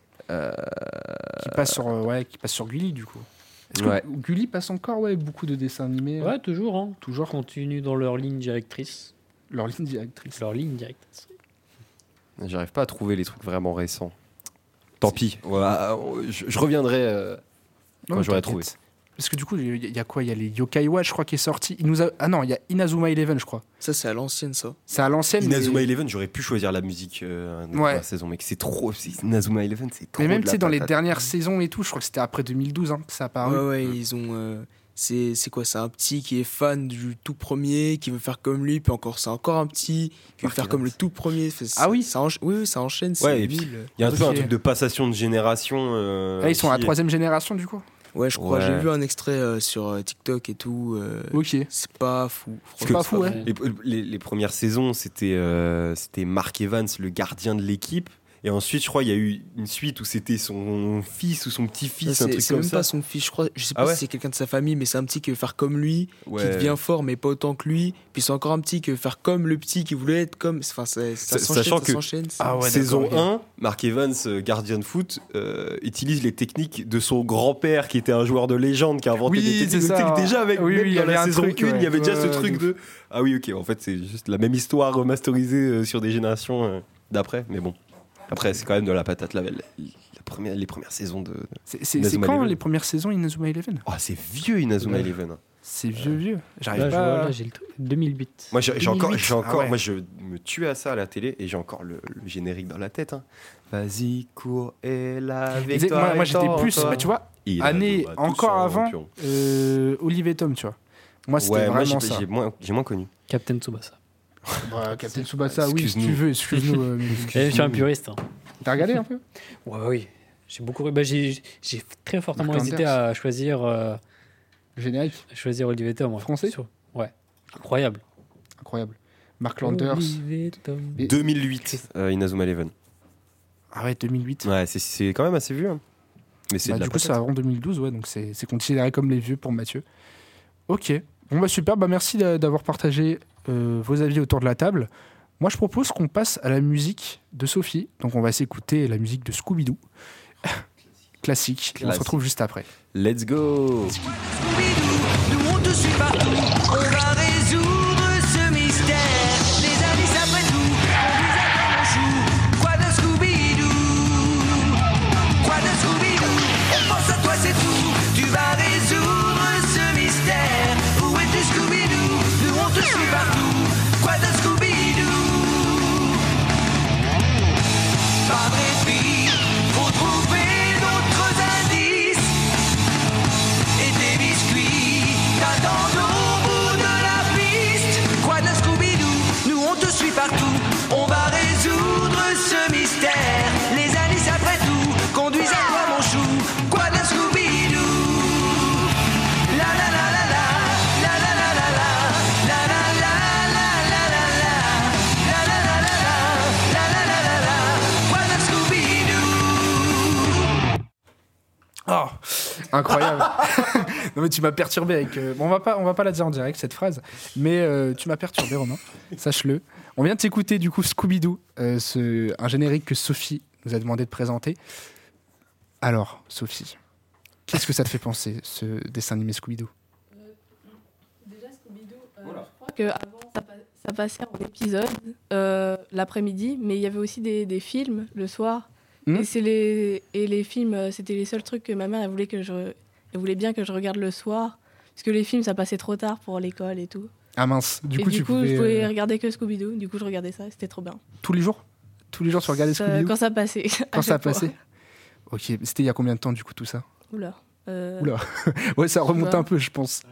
Qui passe sur Gulli, du coup. Est-ce Ouais. que Gulli passe encore, beaucoup de dessins animés Ouais, toujours. Hein. toujours Continue dans leur ligne directrice. leur ligne directrice. Leur ligne directrice. J'arrive pas à trouver les trucs vraiment récents. Tant pis. Voilà, je reviendrai quand Non, j'aurai t'inquiète. trouvé. Parce que du coup, il y a quoi ? Il y a les Yokai Watch, je crois, qui est sorti. Ah non, il y a Inazuma Eleven, je crois. Ça, c'est à l'ancienne, ça. C'est à l'ancienne. Inazuma mais... Eleven, j'aurais pu choisir la musique de Ouais. la saison, mec. Inazuma Eleven, c'est trop. Mais même, de tu la sais, dans les patate. dernières saisons et tout, je crois que c'était après 2012 que ça a apparu. Ouais, ils ont. C'est quoi ? C'est un petit qui est fan du tout premier, qui veut faire comme lui, puis encore, c'est encore un petit qui veut Mark faire comme le Evans. tout premier. Ah oui ? Oui, ça enchaîne, c'est Ouais, et puis, nul. Il y a un peu Ok. un truc de passation de génération. Ah, ils sont à la qui- 3ème génération, du coup ? Ouais, je crois, Ouais. j'ai vu un extrait sur TikTok et tout. Ok. C'est pas fou. C'est pas fou, franchement, ouais. Les premières saisons, c'était Mark Evans, le gardien de l'équipe. Et ensuite, je crois, il y a eu une suite où c'était son fils ou son petit-fils, Ça, un truc c'est comme même ça. pas son fils, je crois. Je sais Ah pas ouais si c'est quelqu'un de sa famille, mais c'est un petit qui veut faire comme lui, Ouais. qui devient fort, mais pas autant que lui. Puis c'est encore un petit qui veut faire comme le petit qui voulait être comme. Enfin, ça Sachant que- s'enchaîne. Ah ouais, Saison d'accord, 1, Mark Evans, gardien de foot, utilise les techniques de son grand-père qui était un joueur de légende qui a inventé Oui, des techniques. c'est Donc, ça. déjà avec Oui, même oui, il y dans avait la un saison truc, 1, il y avait ouais. déjà ce Ouais, truc de ah oui, OK, en fait, c'est juste la même histoire remasterisée sur des générations d'après, mais bon. Après, c'est quand même de la patate les premières saisons de C'est Inazuma quand Eleven. les premières saisons Inazuma Eleven ? Oh, c'est vieux Inazuma Ouais. Eleven. C'est vieux. J'arrive Là, je pas. vois, là, j'ai le truc. 2008. Moi, j'ai encore, 2008. Ah ouais. moi, je me tuais à ça à la télé et j'ai encore le générique dans la tête. Hein. Vas-y, cours et la victoire. Moi est j'étais en plus, toi. bah, tu vois, Il année a tout encore son avant, champion. Olive et Tom, tu vois. Moi c'était Ouais, moi, vraiment ça. j'ai moins connu. Captain Tsubasa. Bah, Captain Tsubasa, oui, si Excuse-nous. tu veux, excuse-nous. mais- Je suis un puriste. Hein. T'as regardé un peu ? Ouais, oui. J'ai beaucoup. Bah, j'ai très fortement Mark hésité Anders. à Générique, choisir Olivier Tom. Ouais. Français Ouais. Incroyable. incroyable. Mark Landers. Olivier Tom. Et- 2008, Inazuma Eleven. Ah ouais, 2008. Ouais, c'est quand même assez vieux. Hein. Mais c'est Bah, de la du coup, c'est patate. avant 2012, ouais, donc c'est considéré comme les vieux pour Mathieu. Ok. Bon, bah super, bah merci d'avoir partagé vos avis autour de la table. Moi, je propose qu'on passe à la musique de Sophie. Donc, on va s'écouter la musique de Scooby-Doo. Classique. Et on se retrouve juste après. Let's go. Scooby-Doo, nous on te suit partout. On va résoudre ce mystère. Les indices après tout, on vous attend au chou. Quoi de Scooby-Doo? Oh, incroyable. Non mais tu m'as perturbé avec. Bon, on va pas la dire en direct cette phrase, mais tu m'as perturbé, Romain. Sache-le. On vient de t'écouter du coup Scooby-Doo, un générique que Sophie nous a demandé de présenter. Alors, Sophie, qu'est-ce que ça te fait penser, ce dessin animé Scooby-Doo? Déjà, Scooby-Doo, je crois qu'avant, ça passait en épisode l'après-midi, mais il y avait aussi des films le soir. Et les films, c'était les seuls trucs que ma mère elle voulait bien que je regarde le soir, parce que les films, ça passait trop tard pour l'école et tout. Ah mince, du coup, je pouvais regarder que Scooby-Doo, du coup, je regardais ça, c'était trop bien. Tous les jours? Tous les jours, tu regardais Scooby-Doo? Quand ça passait. Quand ça passait? Ok, c'était il y a combien de temps, du coup, tout ça? Oula. Ouais, ça remonte un peu, je pense.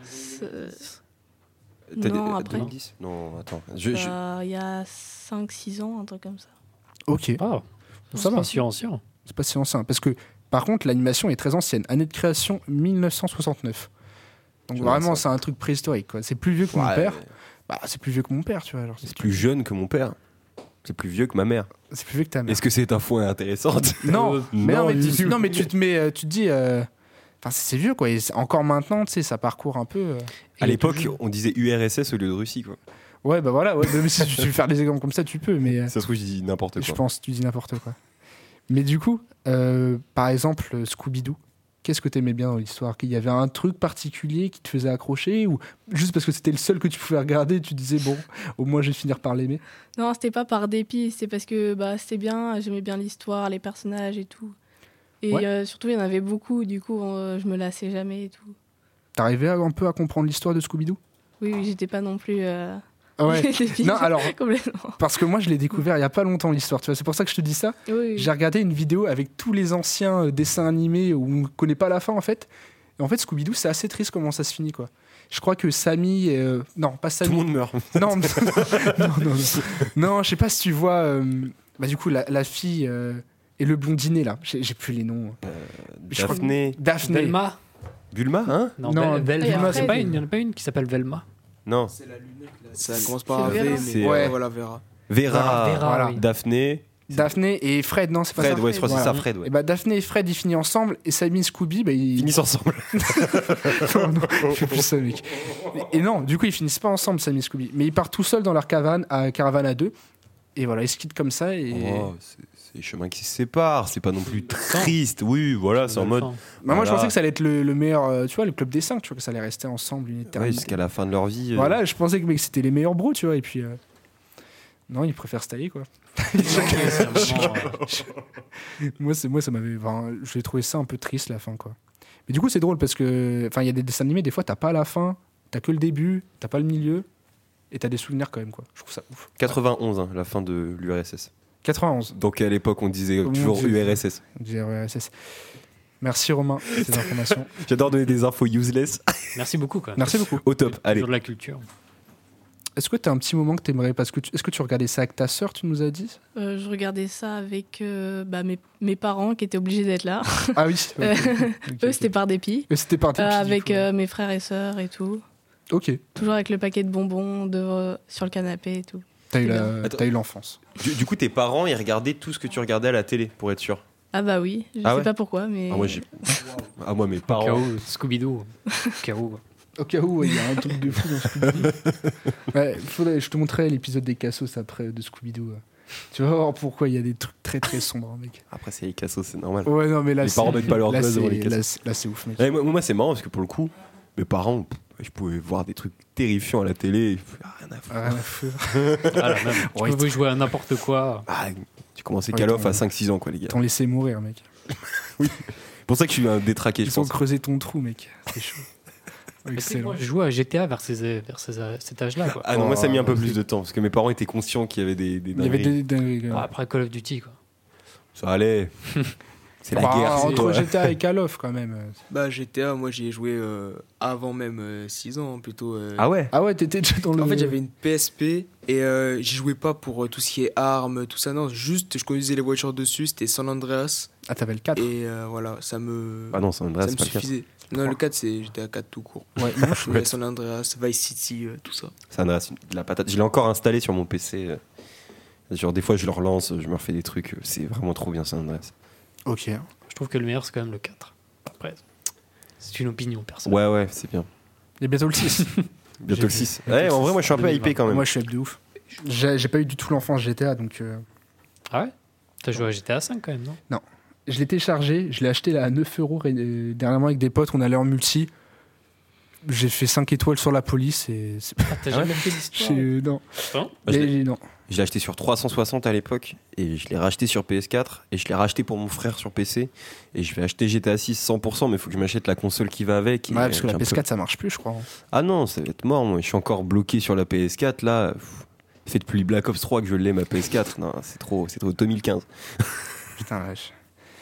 Non, après. 2010 Non, attends. Il y a 5-6 ans, un truc comme ça. Ok. Ah, ça c'est va. pas si ancien. C'est pas si ancien. Parce que, par contre, l'animation est très ancienne. Année de création 1969. Donc vraiment, c'est un truc préhistorique, quoi. C'est plus vieux que mon père. Bah, c'est plus vieux que mon père, tu vois. Alors, c'est plus jeune que mon père. C'est plus vieux que ma mère. C'est plus vieux que ta mère. Est-ce que cette info est intéressante? Non, mais tu te dis. Enfin, c'est vieux, quoi. Et encore maintenant, tu sais, ça parcourt un peu. À l'époque, on disait URSS au lieu de Russie, quoi. Ouais, bah voilà. Ouais, mais si tu veux faire des exemples comme ça, tu peux. Mais ça se trouve, je dis n'importe quoi. Je pense que tu dis n'importe quoi. Mais du coup, par exemple, Scooby-Doo, qu'est-ce que t'aimais bien dans l'histoire? Qu'il y avait un truc particulier qui te faisait accrocher, ou juste parce que c'était le seul que tu pouvais regarder et tu disais, bon, au moins je vais finir par l'aimer? Non, c'était pas par dépit, c'était parce que c'était bien, j'aimais bien l'histoire, les personnages et tout. Et surtout, il y en avait beaucoup, du coup, je me lassais jamais et tout. T'arrivais un peu à comprendre l'histoire de Scooby-Doo? Oui, j'étais pas non plus... Ouais. Non, alors, complètement. parce que moi je l'ai découvert il y a pas longtemps l'histoire, tu vois, c'est pour ça que je te dis ça. Oui. J'ai regardé une vidéo avec tous les anciens dessins animés où on ne connaît pas la fin en fait. Et en fait, Scooby-Doo, c'est assez triste comment ça se finit, quoi. Je crois que Sammy, non, pas Sammy. Tout le monde meurt. Non, non, je sais pas si tu vois. Du coup, la fille et le blondinet là, j'ai plus les noms. Daphné. Velma. Bulma, hein? Non, Non, Velma, il n'y en a pas une qui s'appelle Velma. Non. C'est la lunette là. Ça commence par V, mais ouais. voilà, Vera. Vera, voilà. Oui. Daphné. Daphné et Fred, non, c'est pas Fred, ça. ouais, je crois que c'est ça, Fred, ouais. Et bah Daphné et Fred, ils finissent ensemble, et Sammy et Scooby, ils Finissent ensemble. non, je fais plus ça, mec. Et non, du coup, ils finissent pas ensemble, Sammy et Scooby, mais ils partent tout seuls dans leur caravane à deux, et voilà, ils se quittent comme ça. Et c'est les chemins qui se séparent, c'est pas non plus triste. Oui, voilà, c'est en mode. Moi, je pensais que ça allait être le meilleur, tu vois, le club des 5, tu vois, que ça allait rester ensemble une éternité. Ouais, jusqu'à la fin de leur vie. Voilà, je pensais que c'était les meilleurs bros, tu vois, et puis. Non, ils préfèrent se tailler, quoi. Moi, ça m'avait. Enfin, j'ai trouvé ça un peu triste, la fin, quoi. Mais du coup, c'est drôle parce que. Enfin, il y a des dessins animés, des fois, t'as pas la fin, t'as que le début, t'as pas le milieu, et t'as des souvenirs quand même, quoi. Je trouve ça ouf. 91, hein, la fin de l'URSS. 91. Donc à l'époque, on disait toujours URSS. On disait URSS. Merci Romain pour ces informations. J'adore donner des infos useless. Merci beaucoup, quand même. Merci beaucoup. Au top, allez. Toujours de la culture. Est-ce que tu as un petit moment que tu aimerais parce que est-ce que tu regardais ça avec ta sœur, tu nous as dit? Je regardais ça avec mes parents qui étaient obligés d'être là. Ah oui. Okay. Eux, c'était par dépit. C'était par dépit. Avec mes frères et sœurs et tout. Ok. Toujours avec le paquet de bonbons sur le canapé et tout. T'as eu l'enfance. Du coup, tes parents, ils regardaient tout ce que tu regardais à la télé, pour être sûr. Ah bah oui, je sais pas pourquoi, mais... Moi, mes parents... Au cas où, Scooby-Doo. Au cas où. Au cas où, il y a un truc de fou dans Scooby-Doo. Je te montrerai l'épisode des Cassos après de Scooby-Doo. Tu vas voir pourquoi il y a des trucs très très sombres, mec. Après, c'est les Cassos, c'est normal. Ouais, non, mais là, les parents mettent pas leur gosse devant les Cassos. Là, c'est ouf, mec. Ouais, moi, c'est marrant parce que pour le coup, mes parents... Je pouvais voir des trucs terrifiants à la télé. Rien à foutre. Tu pouvais jouer à n'importe quoi. Tu commençais Call of à 5-6 ans, quoi, les gars. T'en laissé mourir, mec. Oui. C'est pour ça que je suis un détraqué, je pense. Ils ont creusé ton trou, mec. C'est chaud. Excellent. Je jouais à GTA vers cet âge-là, quoi. Ah non, moi, ça a mis un peu plus de temps parce que mes parents étaient conscients qu'il y avait des dingueries. Il y avait des dingueries. Après Call of Duty, quoi. Ça allait. C'est la guerre. Entre GTA et Call of, quand même. GTA, moi j'y ai joué avant même 6 ans, plutôt. Ah ouais? Ah ouais, t'étais déjà dans le... En fait, j'avais une PSP et j'y jouais pas pour tout ce qui est armes, tout ça, non. Juste, je conduisais les voitures dessus, c'était San Andreas. Ah, t'avais le 4? Et voilà, ça me. Ah non, San Andreas, ça c'est me pas suffisait. Non, le 4, c'est GTA 4 tout court. Ouais, je San Andreas, Vice City, tout ça. San Andreas, de la patate. Je l'ai encore installé sur mon PC. Genre, des fois, je le relance, je me refais des trucs. C'est vraiment trop bien, San Andreas. Ok. Je trouve que le meilleur, c'est quand même le 4. Après, c'est une opinion personnelle. Ouais, c'est bien. Et bientôt le 6. Bientôt le 6. Ouais, en vrai, moi je suis un peu hypé quand même. Moi je suis hype de ouf. J'ai pas eu du tout l'enfance GTA donc. Ah ouais? T'as joué à GTA 5 quand même, non? Non. Je l'ai téléchargé, je l'ai acheté là, à 9€ dernièrement avec des potes, on allait en multi. J'ai fait 5 étoiles sur la police et. T'as jamais fait l'histoire? Non. Non. Non. Je l'ai acheté sur 360 à l'époque et je l'ai racheté sur PS4 et je l'ai racheté pour mon frère sur PC et je vais acheter GTA 6 100% mais il faut que je m'achète la console qui va avec. Ouais, parce que la PS4 ça marche plus je crois. Ah non, ça va être mort, moi je suis encore bloqué sur la PS4 là. Fait depuis Black Ops 3 que je l'ai ma PS4. Non, c'est trop 2015. Putain vache.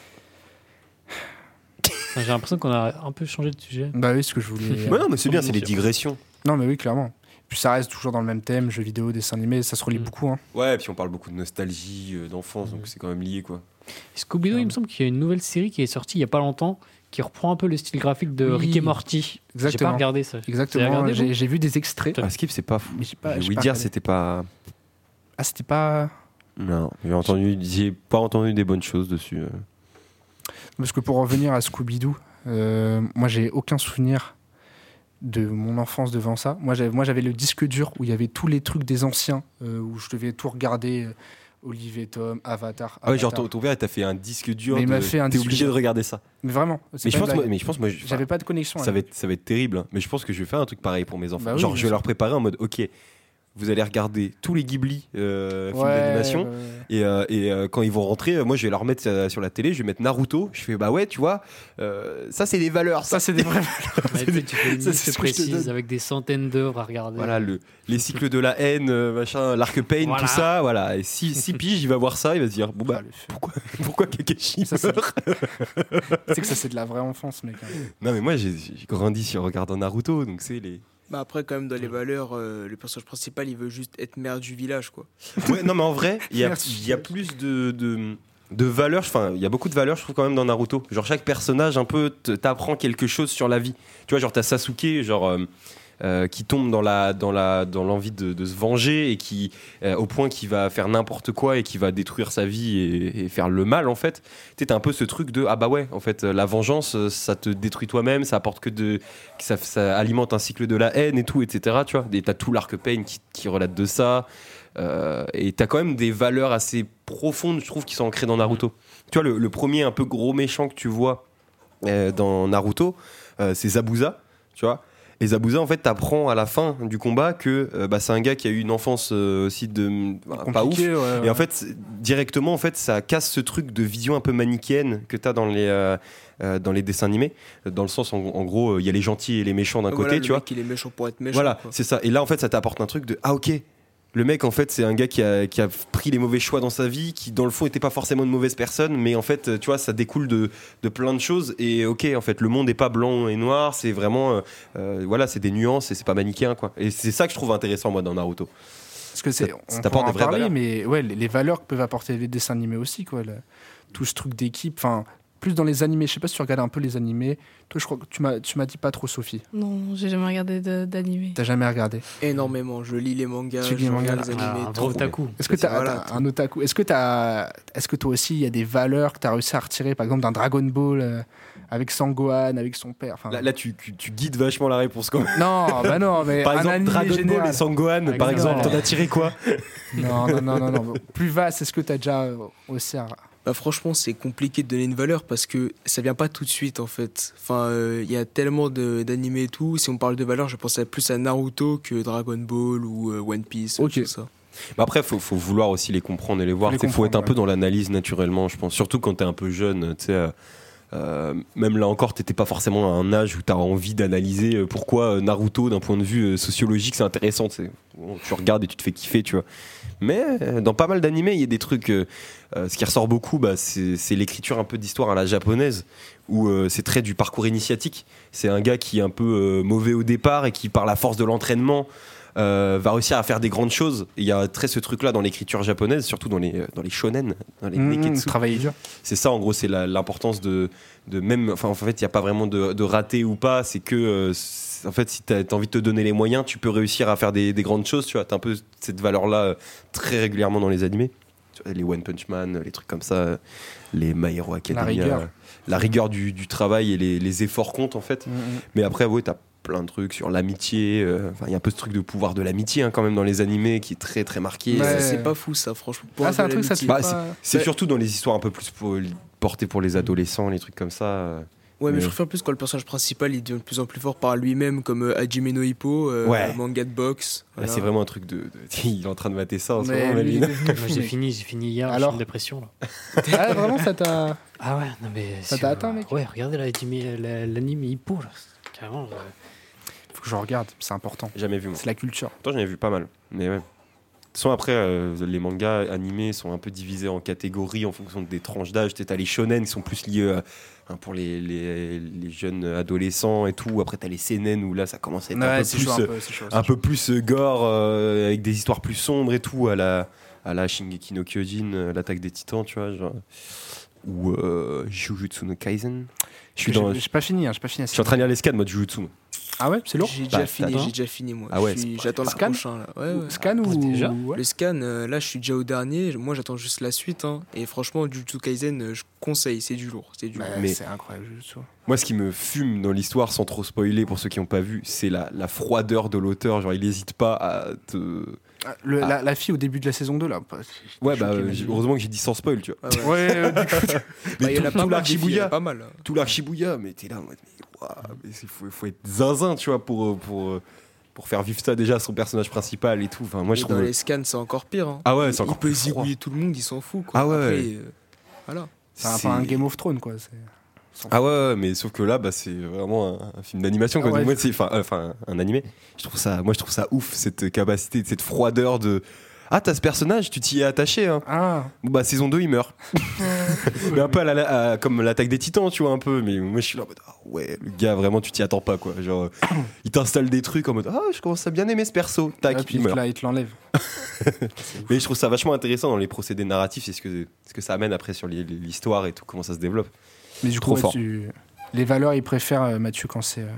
J'ai l'impression qu'on a un peu changé de sujet. Bah oui, ce que je voulais. Ouais, non, mais c'est bien, c'est les digressions. Non, mais oui, clairement. Puis ça reste toujours dans le même thème, jeux vidéo, dessins animés, ça se relie beaucoup. Hein. Ouais, et puis on parle beaucoup de nostalgie, d'enfance, donc c'est quand même lié quoi. Scooby-Doo, il me semble qu'il y a une nouvelle série qui est sortie il y a pas longtemps qui reprend un peu le style graphique de Rick et Morty. Exactement. J'ai pas regardé ça. Exactement, j'ai vu des extraits. Ah, Skip, c'est pas fou. Mais j'ai ouï dire, c'était pas. Ah, c'était pas. Non, j'ai pas entendu des bonnes choses dessus. Parce que pour revenir à Scooby-Doo, moi j'ai aucun souvenir de mon enfance devant ça. Moi j'avais le disque dur où il y avait tous les trucs des anciens, où je devais tout regarder. Olive et Tom, Avatar. Ah ouais, genre ton père t'a fait un disque dur. Mais il m'a fait un T'es disque obligé dur. de regarder ça. Mais vraiment. Mais je pense moi, j'avais pas de connexion. Ça va être terrible. Mais je pense que je vais faire un truc pareil pour mes enfants. Bah oui, genre je vais leur préparer en mode ok. Vous allez regarder tous les Ghibli films d'animation et quand ils vont rentrer, moi je vais leur mettre sur la télé, je vais mettre Naruto. Je fais bah ouais, tu vois, ça c'est des valeurs, ça c'est des vraies valeurs. Tu fais une liste précise avec des centaines d'œuvres à regarder. Voilà les cycles de la haine, machin, l'arc Pain, voilà. Tout ça, voilà. Et si pige, il va voir ça, il va se dire bon bah pourquoi Kakashi meurt. C'est que ça c'est de la vraie enfance, mec. Non mais moi j'ai grandi en regardant Naruto, donc c'est les. Bah après, quand même, dans les valeurs, le personnage principal, il veut juste être maire du village, quoi. Ouais, non, mais en vrai, il y a plus de valeurs. Enfin, il y a beaucoup de valeurs, je trouve, quand même, dans Naruto. Genre, chaque personnage, un peu, t'apprend quelque chose sur la vie. Tu vois, genre, t'as Sasuke, genre... qui tombe dans l'envie de se venger et qui au point qu'il va faire n'importe quoi et qui va détruire sa vie et faire le mal en fait. Tu sais, t'as un peu ce truc de ah bah ouais en fait la vengeance ça te détruit toi-même, ça apporte ça alimente un cycle de la haine et tout etc. Tu vois, et t'as tout l'arc Pain qui relate de ça et t'as quand même des valeurs assez profondes je trouve qui sont ancrées dans Naruto. Tu vois le premier un peu gros méchant que tu vois dans Naruto c'est Zabuza, tu vois. Et Zabuza, en fait, t'apprends à la fin du combat que c'est un gars qui a eu une enfance aussi pas ouf. Ouais. Et en fait, directement, en fait, ça casse ce truc de vision un peu manichéenne que t'as dans les dessins animés. Dans le sens, en gros, il y a les gentils et les méchants d'un côté, tu vois. Il est méchant pour être méchant. Voilà, quoi. c'est ça. Et là, en fait, ça t'apporte un truc de ah ok. Le mec, en fait, c'est un gars qui a pris les mauvais choix dans sa vie, qui, dans le fond, n'était pas forcément une mauvaise personne, mais en fait, tu vois, ça découle de plein de choses. Et ok, en fait, le monde n'est pas blanc et noir, c'est vraiment, voilà, c'est des nuances et c'est pas manichéen, quoi. Et c'est ça que je trouve intéressant, moi, dans Naruto. Parce que ça t'apporte des vraies valeurs. Mais ouais, les valeurs que peuvent apporter les dessins animés aussi, quoi. Tout ce truc d'équipe, enfin. Plus dans les animés, je sais pas si tu regardes un peu les animés. Toi, je crois que tu m'as dit pas trop, Sophie. Non, j'ai jamais regardé d'animé. T'as jamais regardé? Énormément. Je lis les mangas, je regarde les animés. Un otaku. Est-ce que t'as un otaku? Est-ce que toi aussi, il y a des valeurs que t'as réussi à retirer, par exemple d'un Dragon Ball avec Sangohan, avec son père? Là, tu guides vachement la réponse quand même. Non, bah non, mais par exemple, Dragon général. Ball et Sangohan, par exemple, t'en as tiré quoi? Non. Plus vaste, est-ce que t'as déjà aussi Bah franchement, c'est compliqué de donner une valeur parce que ça vient pas tout de suite en fait. Enfin, il y a tellement d'animés et tout. Si on parle de valeur, je pense plus à Naruto que Dragon Ball ou One Piece. Ok. Tout ça. Bah après, faut vouloir aussi les comprendre et les voir. Il faut être un peu dans l'analyse naturellement, je pense. Surtout quand t'es un peu jeune, tu sais. Même là encore, t'étais pas forcément à un âge où t'as envie d'analyser pourquoi Naruto, d'un point de vue sociologique, c'est intéressant. Bon, tu regardes et tu te fais kiffer, tu vois. Mais dans pas mal d'animés, il y a des trucs. Ce qui ressort beaucoup, c'est l'écriture un peu d'histoire à la japonaise, où c'est très du parcours initiatique. C'est un gars qui est un peu mauvais au départ et qui, par la force de l'entraînement, va réussir à faire des grandes choses. Il y a très ce truc-là dans l'écriture japonaise, surtout dans les shonen, dans les neketsu. Travailler dur. C'est ça, en gros, c'est l'importance de même. Enfin, en fait, il n'y a pas vraiment de raté ou pas. C'est que, en fait, si tu as envie de te donner les moyens, tu peux réussir à faire des grandes choses. Tu vois, tu as un peu cette valeur-là très régulièrement dans les animés. tu vois, les One Punch Man, les trucs comme ça, les My Hero Academia. La rigueur du travail et les efforts comptent en fait. Mais après, ouais, t'as plein de trucs sur l'amitié. Il y a un peu ce truc de pouvoir de l'amitié quand même dans les animés qui est très très marqué. Ouais, c'est pas fou ça, franchement. C'est un truc, ça c'est surtout dans les histoires un peu plus portées pour les adolescents, les trucs comme ça. Ouais, mais je préfère plus quand le personnage principal il devient de plus en plus fort par lui-même, comme Hajime no Hippo, manga de boxe. Là, c'est vraiment un truc de. Il est en train de mater ça en ce moment, Moi, j'ai fini hier, je suis en dépression là. Ah, vraiment, ça t'a. Ah ouais, non mais. Ça t'a atteint, mec. Ouais, regardez l'anime Hippo là. Carrément. Faut que je regarde, c'est important. Jamais vu, moi. C'est la culture. Pourtant, j'en ai vu pas mal. Mais ouais. De toute façon, après, les mangas animés sont un peu divisés en catégories en fonction des tranches d'âge. T'as les shonen qui sont plus liés pour les jeunes adolescents et tout. Après, t'as les seinen où là, ça commence à être un peu plus gore, avec des histoires plus sombres et tout, à la Shingeki no Kyojin, l'attaque des titans, tu vois, genre, ou Jujutsu no Kaisen. J'ai pas fini. Je suis en train de lire les scans, moi, de Jujutsu. Ah ouais, c'est lourd. J'ai déjà fini moi. Ah ouais, j'attends le prochain là. Ouais. Scan ou déjà le scan là, je suis déjà au dernier. Moi, j'attends juste la suite. Et franchement, Jujutsu Kaisen, je conseille. C'est du lourd. Mais c'est incroyable. Moi, ce qui me fume dans l'histoire, sans trop spoiler pour ceux qui n'ont pas vu, c'est la froideur de l'auteur. Genre, il n'hésite pas à te. La fille au début de la saison 2 là. Ouais, heureusement que j'ai dit sans spoil, tu vois. Ouais, du coup. Mais il y en a tout l'arc Shibuya, pas mal. Tout l'arc Shibuya, mais t'es là en mode, mais il faut être zinzin, tu vois, pour faire vivre ça déjà à son personnage principal et tout. Enfin, moi, je trouve. Dans les scans, c'est encore pire. Hein. Ah ouais, c'est encore plus. Il peut zigouiller tout le monde, il s'en fout. Quoi. Ah ouais. Après, voilà. C'est un Game of Thrones, quoi. Ah ouais, mais sauf que là, c'est vraiment un film d'animation. Ah ouais, moi, enfin, un animé. Je trouve ça ouf, cette capacité, cette froideur de. Ah, t'as ce personnage, tu t'y es attaché. Hein. Bah, saison 2, il meurt. Mais un peu comme l'attaque des titans, tu vois, un peu. Mais moi, je suis là en mode, ouais, le gars, vraiment, tu t'y attends pas, quoi. Genre, il t'installe des trucs en mode, je commence à bien aimer ce perso. Tac, puis il meurt. Là, il te l'enlève. Mais je trouve ça vachement intéressant dans les procédés narratifs, c'est ce que ça amène après sur l'histoire et tout, comment ça se développe. Mais du coup, les valeurs, il préfère, Mathieu, quand c'est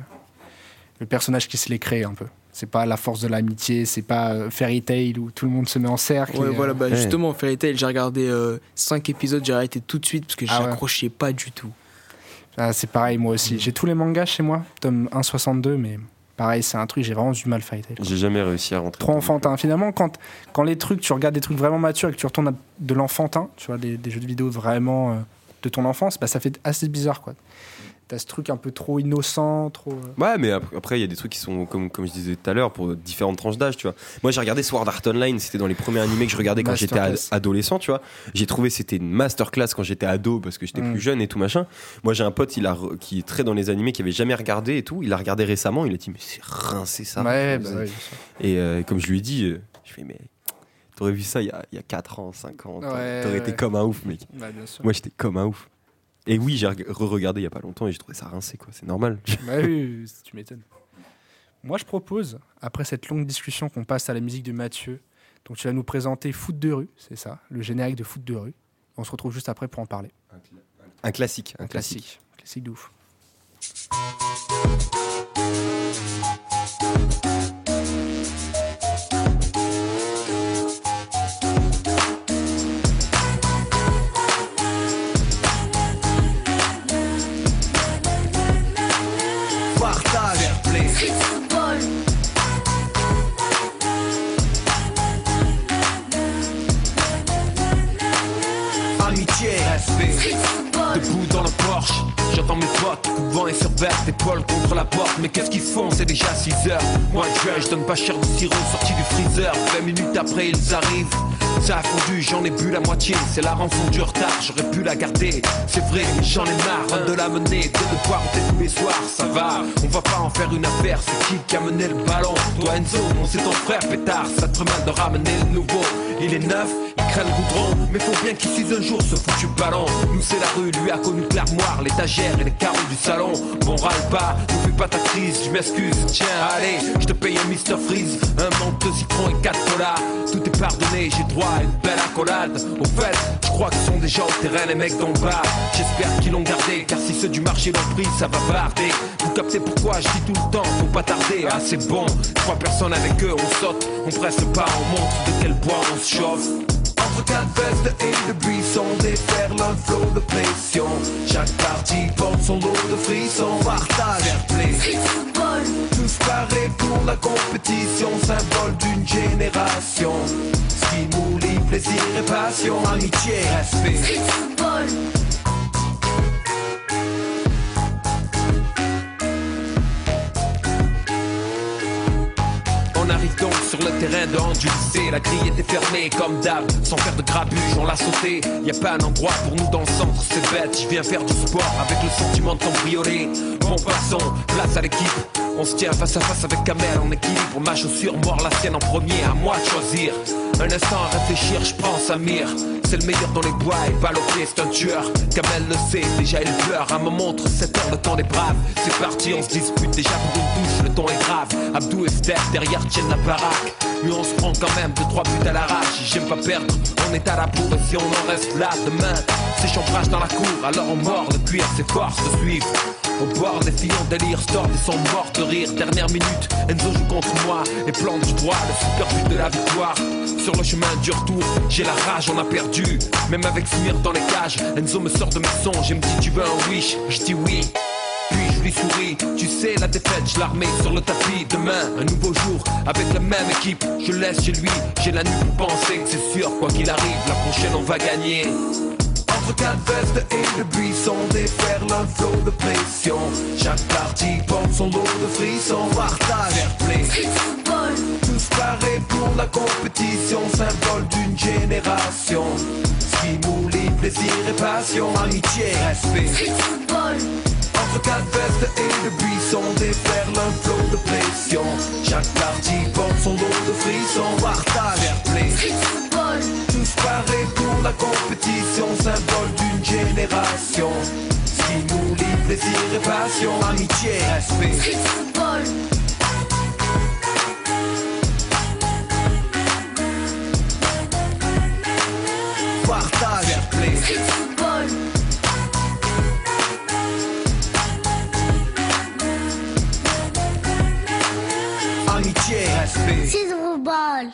le personnage qui se les crée un peu. C'est pas la force de l'amitié, c'est pas Fairy Tail où tout le monde se met en cercle. Ouais, voilà, justement, Fairy Tail, j'ai regardé 5 épisodes, j'ai arrêté tout de suite parce que j'accrochais pas du tout. C'est pareil, moi aussi. J'ai tous les mangas chez moi, tome 1,62, mais pareil, c'est un truc, j'ai vraiment du mal Fairy Tail. J'ai jamais réussi à rentrer. Trop enfantin. Finalement, quand les trucs, tu regardes des trucs vraiment matures et que tu retournes à de l'enfantin, tu vois, des jeux de vidéo vraiment de ton enfance, ça fait assez bizarre, quoi. T'as ce truc un peu trop innocent, trop. Ouais, mais après, il y a des trucs qui sont, comme je disais tout à l'heure, pour différentes tranches d'âge, tu vois. Moi, j'ai regardé Sword Art Online, c'était dans les premiers animés que je regardais quand j'étais adolescent, tu vois. J'ai trouvé c'était une masterclass quand j'étais ado parce que j'étais plus jeune et tout machin. Moi, j'ai un pote qui est très dans les animés, qui avait jamais regardé et tout. Il a regardé récemment, il a dit, mais c'est rincé ça. Ouais, et comme je lui ai dit, je fais, mais t'aurais vu ça il y a 4 ans, 5 ans, t'aurais été comme un ouf, mec. Ouais, bien sûr. Moi, j'étais comme un ouf. Et oui, j'ai re-regardé il y a pas longtemps et j'ai trouvé ça rincé, quoi. C'est normal. Bah oui, tu m'étonnes. Moi, je propose, après cette longue discussion, qu'on passe à la musique de Mathieu. Donc, tu vas nous présenter Foot de rue, c'est ça, le générique de Foot de rue. On se retrouve juste après pour en parler. Un classique. Un classique de ouf. Debout dans le Porsche, j'entends mes potes, coup de vent et surverse, épaule contre la porte. Mais qu'est-ce qu'ils font, c'est déjà 6 heures. Moi je donne pas cher de sirop sorti du freezer. 20 minutes après ils arrivent, ça a fondu, j'en ai bu la moitié. C'est la rançon du retard, j'aurais pu la garder. C'est vrai, mais j'en ai marre de la mener, de devoir monter tous les soirs. Ça va, on va pas en faire une affaire, c'est qui a mené le ballon. Toi Enzo, non c'est ton frère pétard, ça te ferait mal de ramener le nouveau. Il est neuf, il craint le goudron, mais faut bien qu'il s'use un jour ce foutu ballon. Nous c'est la rue, lui a connu que l'armoire, l'étagère et les carreaux du salon. Bon râle pas, ne fais pas ta crise, je m'excuse. Tiens allez, je te paye un Mr Freeze, un menthe de citron et 4 colas. Tout est pardonné, j'ai droit à une belle accolade. Au fait, je crois qu'ils sont déjà au terrain les mecs d'en bas. J'espère qu'ils l'ont gardé, car si ceux du marché l'ont pris, ça va barder. Vous captez pourquoi je dis tout le temps, faut pas tarder. Ah c'est bon, 3 personnes avec eux, on saute, on presse pas, on montre de quel bois on se chauffe. Entre quatre vestes et le buisson, déferle un flot de pression. Chaque partie porte son lot de frissons. Partage, fair play, tous parés pour la compétition, symbole d'une génération. Stimuli, plaisir et passion, amitié, respect. On arrive donc sur le terrain de hand du lycée. La grille était fermée comme d'hab, sans faire de grabuge, on l'a sauté. Y a pas un endroit pour nous dans le centre, c'est bête. Je viens faire du sport avec le sentiment de cambrioler. Bon passons, place à l'équipe. On se tient face à face avec Kamel en équilibre. Ma chaussure mord la sienne en premier, à moi de choisir. Un instant à réfléchir, je prends Samir. C'est le meilleur dans les bois et balle au pied, c'est un tueur. Kamel le sait, déjà il pleure. À me montre 7 heures, le temps des braves. C'est parti, on se dispute déjà pour une touche, le ton est grave. Abdou et Steph derrière tiennent la baraque. Mais on se prend quand même 2-3 buts à l'arrache. J'aime pas perdre, on est à la bourre et si on en reste là demain, c'est chambrage dans la cour, alors on mord le cuir, c'est force de suivre. Au bord des filles en délire, Stord et sont morts de rire. Dernière minute, Enzo joue contre moi et plante du droit le super but de la victoire. Sur le chemin du retour, j'ai la rage, on a perdu. Même avec Smir dans les cages, Enzo me sort de mes songes et me dit tu veux un wish, je dis oui. Puis je lui souris, tu sais la défaite, je la remets sur le tapis. Demain, un nouveau jour, avec la même équipe, je laisse chez lui. J'ai la nuit pour penser que c'est sûr, quoi qu'il arrive, la prochaine on va gagner. Entre quatre vestes et le buisson, déferle un flot de pression. Chaque partie porte son lot de frissons. Partage, fair play, tous parés pour la compétition, symbole d'une génération. Stimuli, plaisir et passion, amitié, respect. Entre quatre vestes et le buisson, déferle un flot de pression. Chaque partie porte son lot de frissons. Partage, fair play, tous parés pour la compétition, symbole d'une génération. Stimuli, plaisir et passion, amitié, respect. Partage, fair play. Amitié, respect. Football.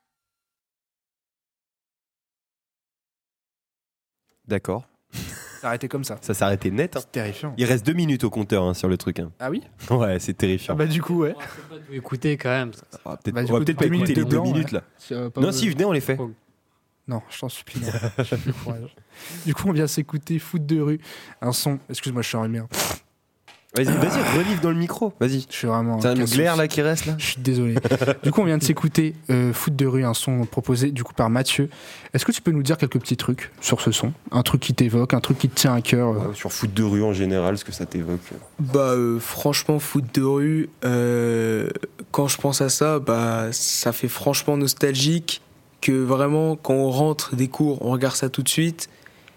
D'accord. Ça arrêté comme ça. Ça s'est arrêté net. Hein. C'est terrifiant. Il reste 2 minutes au compteur hein, sur le truc. Hein. Ah oui. Ouais, c'est terrifiant. Ah bah du coup, ouais. On va pas écouter quand même. On va peut-être Bah, du on va coup, peut-être pas 2 minutes écouter les de 2 blanc, minutes ouais. là. Non, si, venez, on les fait. Oh. Non, je t'en supplie. Non. J'ai plus le courage. Du coup, on vient s'écouter Foot de rue. Un son. Excuse-moi, je suis enrhumé. Hein. Vas-y, relivre dans le micro. Vas-y. Je suis vraiment. C'est un glaire là qui reste là. Je suis désolé. Du coup, on vient de s'écouter Foot de rue, un son proposé du coup par Mathieu. Est-ce que tu peux nous dire quelques petits trucs sur ce son? Un truc qui t'évoque, un truc qui te tient à cœur Sur foot de rue en général, ce que ça t'évoque? Bah franchement, foot de rue, quand je pense à ça, bah ça fait franchement nostalgique que vraiment quand on rentre des cours, on regarde ça tout de suite.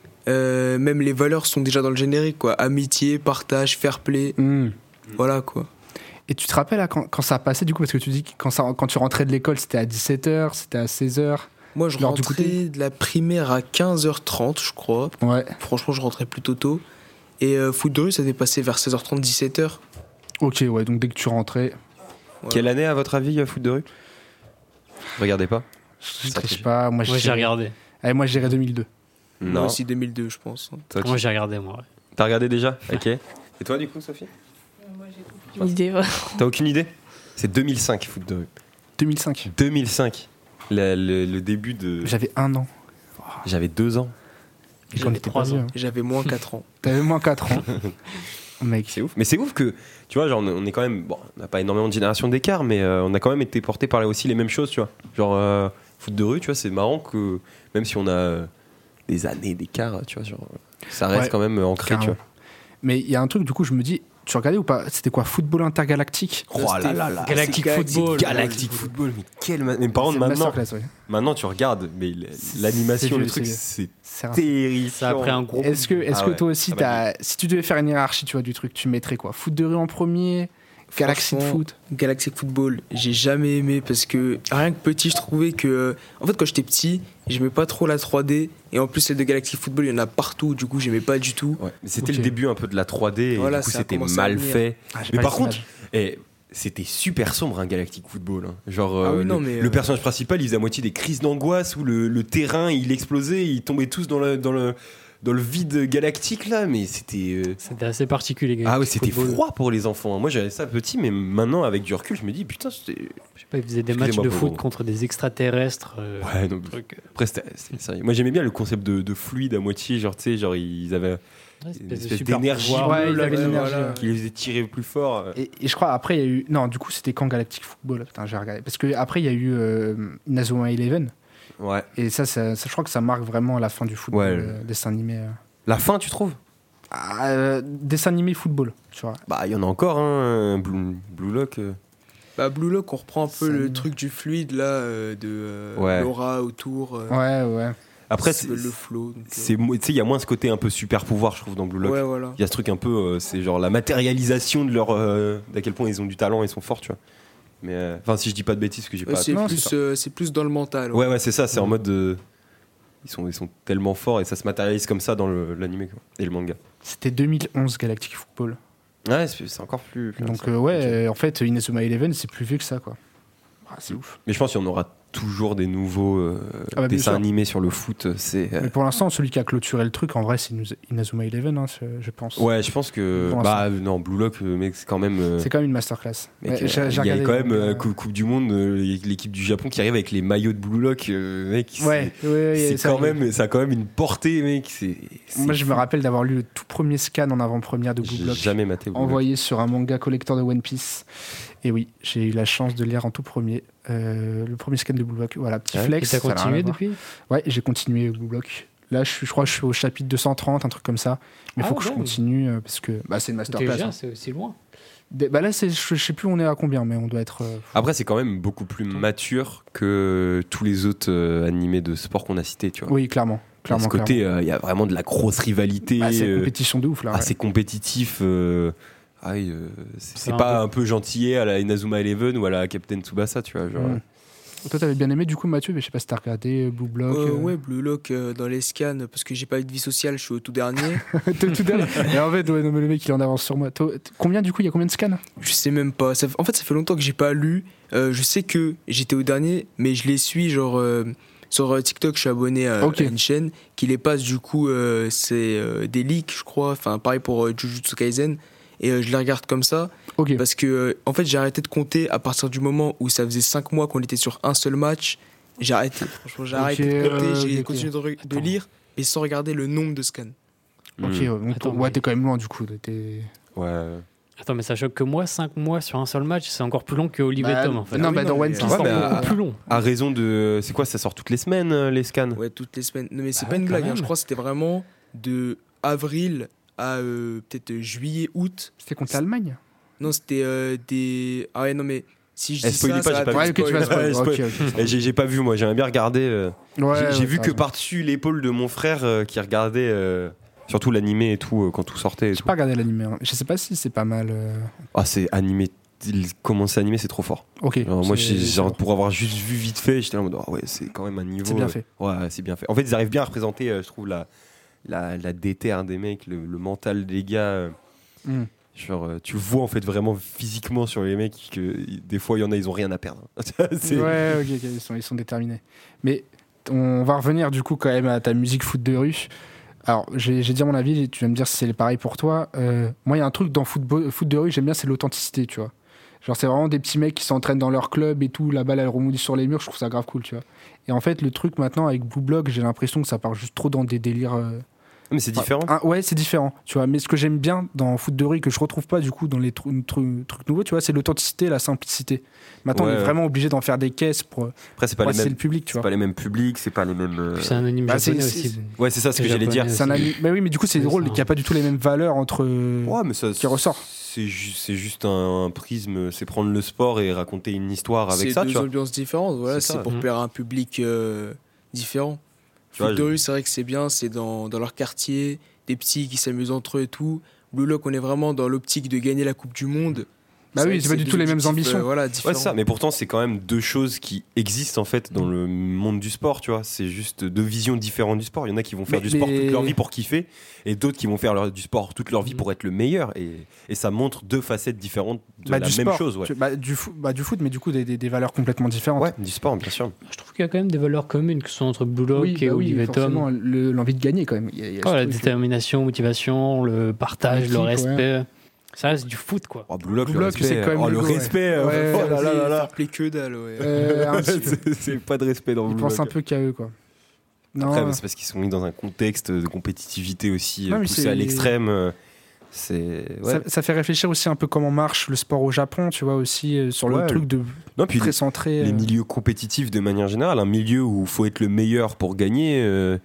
Même les valeurs sont déjà dans le générique, quoi. Amitié, partage, fair play, voilà quoi. Et tu te rappelles là, quand ça a passé du coup, parce que tu dis que quand tu rentrais de l'école, c'était à 17h, c'était à 16h. Moi, je rentrais de la primaire à 15h30, je crois. Ouais. Franchement, je rentrais plutôt tôt. Et foot de rue, ça s'est passé vers 16h30, 17h. Ok, ouais, donc dès que tu rentrais. Ouais. Quelle année à votre avis foot de rue? Regardez pas. Je triche pas. Moi, j'ai regardé. Allez, moi, je dirais 2002. Non. Moi aussi 2002, je pense. Toi, Moi, j'ai regardé, moi. Ouais. T'as regardé déjà? Ok. Et toi, du coup, Sophie? Moi, j'ai aucune idée. T'as aucune idée? C'est 2005, foot de rue. 2005. 2005. Le début de. J'avais 1 an. J'avais 2 ans. Et qu'on était 3 ans. J'avais moins 4 ans. T'avais moins 4 ans. Mec, c'est ouf. Mais c'est ouf que, tu vois, genre, on est quand même. Bon, on n'a pas énormément de génération d'écart, mais on a quand même été porté par aussi les mêmes choses, tu vois. Genre, foot de rue, tu vois, c'est marrant que même si on a des années d'écart, tu vois, genre, ça reste quand même ancré, carrément. tu vois. Mais il y a un truc, du coup, je me dis, tu regardais ou pas? C'était quoi? Football intergalactique? Oh là là là. Galactic Football. Galactic Football, mais quel. Mais par contre, maintenant. Maintenant, tu regardes, mais l'animation, le truc, c'est terrifiant. Ça a pris un gros. Est-ce que toi aussi, si tu devais faire une hiérarchie, tu vois, du truc, tu mettrais quoi? Foot de rue en premier? Galactic Foot? Galactic Football, j'ai jamais aimé parce que rien que petit, je trouvais que. En fait, quand j'étais petit, j'aimais pas trop la 3D. Et en plus, celle de Galactic Football, il y en a partout. Du coup, j'aimais pas du tout. Ouais, mais c'était le début un peu de la 3D. Et voilà, du coup, c'était mal fait. Ah, mais par contre, c'était super sombre, Galactic Football. Hein. Genre, Ah oui, non, mais, le personnage principal, il faisait à moitié des crises d'angoisse où le terrain, il explosait, ils tombaient tous dans le vide galactique là, mais c'était. C'était assez particulier. Ah ouais, c'était Football. froid pour les enfants. Moi, j'avais ça petit, mais maintenant, avec du recul, je me dis putain, c'était. Je sais pas, ils faisaient des matchs Excusez-moi de pour foot vous. contre des extraterrestres. Ouais, non, truc. après, c'était sérieux. Moi, j'aimais bien le concept de fluide à moitié, genre, tu sais, genre, ils avaient Ouais, une espèce de espèce super d'énergie pouvoir. Ouais, bleue, ils là, avaient qui- l'énergie, voilà. ouais. qui les faisait tirer plus fort. Et je crois après il y a eu non du coup c'était quand Galactic Football putain j'ai regardé parce que après il y a eu Inazuma Eleven Ouais. et ça je crois que ça marque vraiment la fin du football Ouais. dessin animé La fin, tu trouves? dessin animé football tu vois. Bah, il y en a encore, hein, Blue Lock. Bah, Blue Lock, on reprend un peu Ça le me- truc du fluide là, de Ouais. l'aura autour. Ouais. Après, le flow. donc, tu sais, il y a moins ce côté un peu super pouvoir, je trouve, dans Blue Lock. ouais, voilà. Il y a ce truc un peu, c'est genre la matérialisation de leur, d'à quel point ils ont du talent, ils sont forts, tu vois. Mais enfin, si je dis pas de bêtises, parce que j'ai Ouais, pas. Non, c'est c'est plus dans le mental. Ouais, c'est ça. C'est en mode, ils sont tellement forts et ça se matérialise comme ça dans l'anime quoi, et le manga. C'était 2011 Galactic Football Ouais, c'est encore plus. donc ça. ouais Ok. en fait Inazuma Eleven c'est plus vieux que ça quoi. C'est ouf. Mais je pense qu'il y en aura toujours des nouveaux Ah bah, bien dessins sûr. animés sur le foot. C'est. Mais pour l'instant celui qui a clôturé le truc en vrai c'est Inazuma Eleven hein, je pense. Ouais, je pense que. Pour Bah, non, Blue Lock, mec, c'est quand même. C'est quand même une masterclass. Mec, Ouais, il y a regardé, quand même donc, Coupe du Monde, l'équipe du Japon qui arrive avec les maillots de Blue Lock, mec. ouais, C'est ça quand arrive. même, ça a quand même une portée, mec. Moi, je me fou. rappelle d'avoir lu le tout premier scan en avant-première de Blue J'ai Block, jamais maté Blue Lock. envoyé sur un manga collector de One Piece. Et oui, j'ai eu la chance de lire en tout premier le premier scan de Blue Block. Voilà, petit Ouais. Et flex. t'as ça n'a rien continué à voir. depuis Ouais, j'ai continué Blue Block. Là, je crois que je suis au chapitre 230, un truc comme ça. Mais il Ah faut que je ouais. continue parce que c'est une masterclass. Déjà, hein. c'est aussi loin. Bah là, je sais plus on est à combien, mais on doit être. Après, c'est quand même beaucoup plus mature que tous les autres animés de sport qu'on a cités, tu vois. Oui, clairement. À ce côté, il y a vraiment de la grosse rivalité. Bah, c'est une compétition de ouf là. ouais. assez compétitif. C'est un pas peu- un peu gentillet à la Inazuma Eleven ou à la Captain Tsubasa, tu vois. Genre. Mm. Toi, t'avais bien aimé du coup, Mathieu, mais je sais pas si t'as regardé Blue Block. Ouais, Blue Lock dans les scans, parce que j'ai pas eu de vie sociale, je suis au tout dernier. Tout dernier. Et en fait, ouais, non, mais le mec il est en avance sur moi. Combien du coup, il y a combien de scans? Je sais même pas. En fait, ça fait longtemps que j'ai pas lu. Je sais que j'étais au dernier, mais je les suis genre sur TikTok. Je suis abonné à une chaîne qui les passe. Du coup, c'est des leaks, je crois. Enfin, pareil pour Jujutsu Kaisen. Et je les regarde comme ça. Ok. Parce que, en fait, j'ai arrêté de compter à partir du moment où ça faisait 5 mois qu'on était sur un seul match. J'ai arrêté. Franchement, j'ai arrêté de compter. J'ai ok. continué de lire, mais sans regarder le nombre de scans. Ok, Mm. donc Attends, ouais, mais- t'es quand même loin du coup. Ouais. Attends, mais ça choque que moi, 5 mois sur un seul match, c'est encore plus long que Olive Bah, et Tom en fait. non, oui, bah, non, dans mais- One Piece, Ouais, c'est mais beaucoup plus long. À raison de. C'est quoi, ça sort toutes les semaines, les scans? Ouais, toutes les semaines. Non, mais c'est Bah pas ouais, une quand blague. hein. même. Je crois que c'était vraiment de avril à peut-être juillet, août. C'était contre l'Allemagne. Non, c'était des. Ah ouais, non, mais si je dis spoilez ça, pas, ça j'ai va pas Ouais, te ok, tu vas spoiler. spoiler. Ouais, Ok, ok. J'ai pas vu, moi, j'aimerais bien regarder. Ouais, J'ai ouais, vu t'as que raison. par-dessus l'épaule de mon frère qui regardait surtout l'animé et tout, quand tout sortait. Et J'ai tout. pas regardé l'anime. Hein. Je sais pas si c'est pas mal. Ah, c'est animé. Comment c'est animé, c'est trop fort. Ok. Alors, moi, c'est- genre, pour avoir juste vu vite fait, j'étais là en mode, ah ouais, c'est quand même un niveau. C'est bien fait. Ouais, c'est bien fait. En fait, ils arrivent bien à représenter, je trouve, la déterre des mecs, le mental des gars. Mm. Genre, tu vois en fait vraiment physiquement sur les mecs que des fois, il y en a, ils ont rien à perdre. C'est- Ouais, ok, ils sont déterminés. Mais on va revenir du coup quand même à ta musique foot de rue. Alors, j'ai dit mon avis, et tu vas me dire si c'est pareil pour toi. Moi, il y a un truc dans foot de rue, j'aime bien, c'est l'authenticité, tu vois. Genre, c'est vraiment des petits mecs qui s'entraînent dans leur club et tout, la balle elle remoudit sur les murs, je trouve ça grave cool, tu vois. Et en fait, le truc maintenant avec Blue Block, j'ai l'impression que ça part juste trop dans des délires. Mais c'est différent. Ouais, c'est différent, tu vois. Mais ce que j'aime bien dans foot de rue, que je retrouve pas du coup dans les trucs nouveaux, tu vois, c'est l'authenticité, la simplicité. Maintenant, on Ouais, est ouais. vraiment obligé d'en faire des caisses pour Après, c'est pas les c'est mêmes. le public, tu C'est vois. pas les mêmes publics, c'est pas les mêmes. Puis c'est un anime Bah, japonais c'est- aussi. Ouais, c'est ça ce que C'est j'allais dire. japonais. C'est un mais oui, mais du coup, c'est Oui, drôle ça. qu'il n'y a pas du tout les mêmes valeurs entre. Ouais, mais ça, qui ressort. C'est juste un prisme, c'est prendre le sport et raconter une histoire avec C'est ça, deux tu vois. ambiances différentes. Voilà, C'est c'est ça. pour Mhm. plaire à un public différent. Tu vois, Foot de rue, c'est vrai que c'est bien, c'est dans leur quartier, des petits qui s'amusent entre eux et tout. Blue Lock, on est vraiment dans l'optique de gagner la Coupe du Monde. Bah oui, c'est pas du tout les mêmes ambitions. Voilà, Ouais, différents. c'est ça, mais pourtant c'est quand même deux choses qui existent en fait dans le monde du sport, tu vois. C'est juste deux visions différentes du sport. Il y en a qui vont faire du sport toute leur vie pour kiffer, et d'autres qui vont faire du sport toute leur vie pour être le meilleur. Et ça montre deux facettes différentes de la même chose. Ouais. Du foot, mais du coup des valeurs complètement différentes. Ouais, du sport, bien sûr. Je trouve qu'il y a quand même des valeurs communes que ce soit entre Blue Lock et Olivier Tom. forcément, l'envie de gagner quand même. Il y a La ce truc, détermination, motivation, le partage, L'équipe, le respect. Ça reste du foot, quoi. Oh, Blue Lock, Blue le Lock, respect, c'est quand même le l'ego, ouais. respect. Ouais, oh là là là là. Fair play que dalle, ouais. un petit peu. C'est pas de respect dans Ils Blue pensent Lock. un peu qu'à eux, quoi. Non, Après, c'est parce qu'ils sont mis dans un contexte de compétitivité aussi Ouais, mais poussé c'est- à l'extrême. C'est ouais. ça fait réfléchir aussi un peu comment marche le sport au Japon, tu vois, aussi sur le Ouais, truc de Non, puis très centré. les milieux compétitifs de manière générale, un milieu où il faut être le meilleur pour gagner.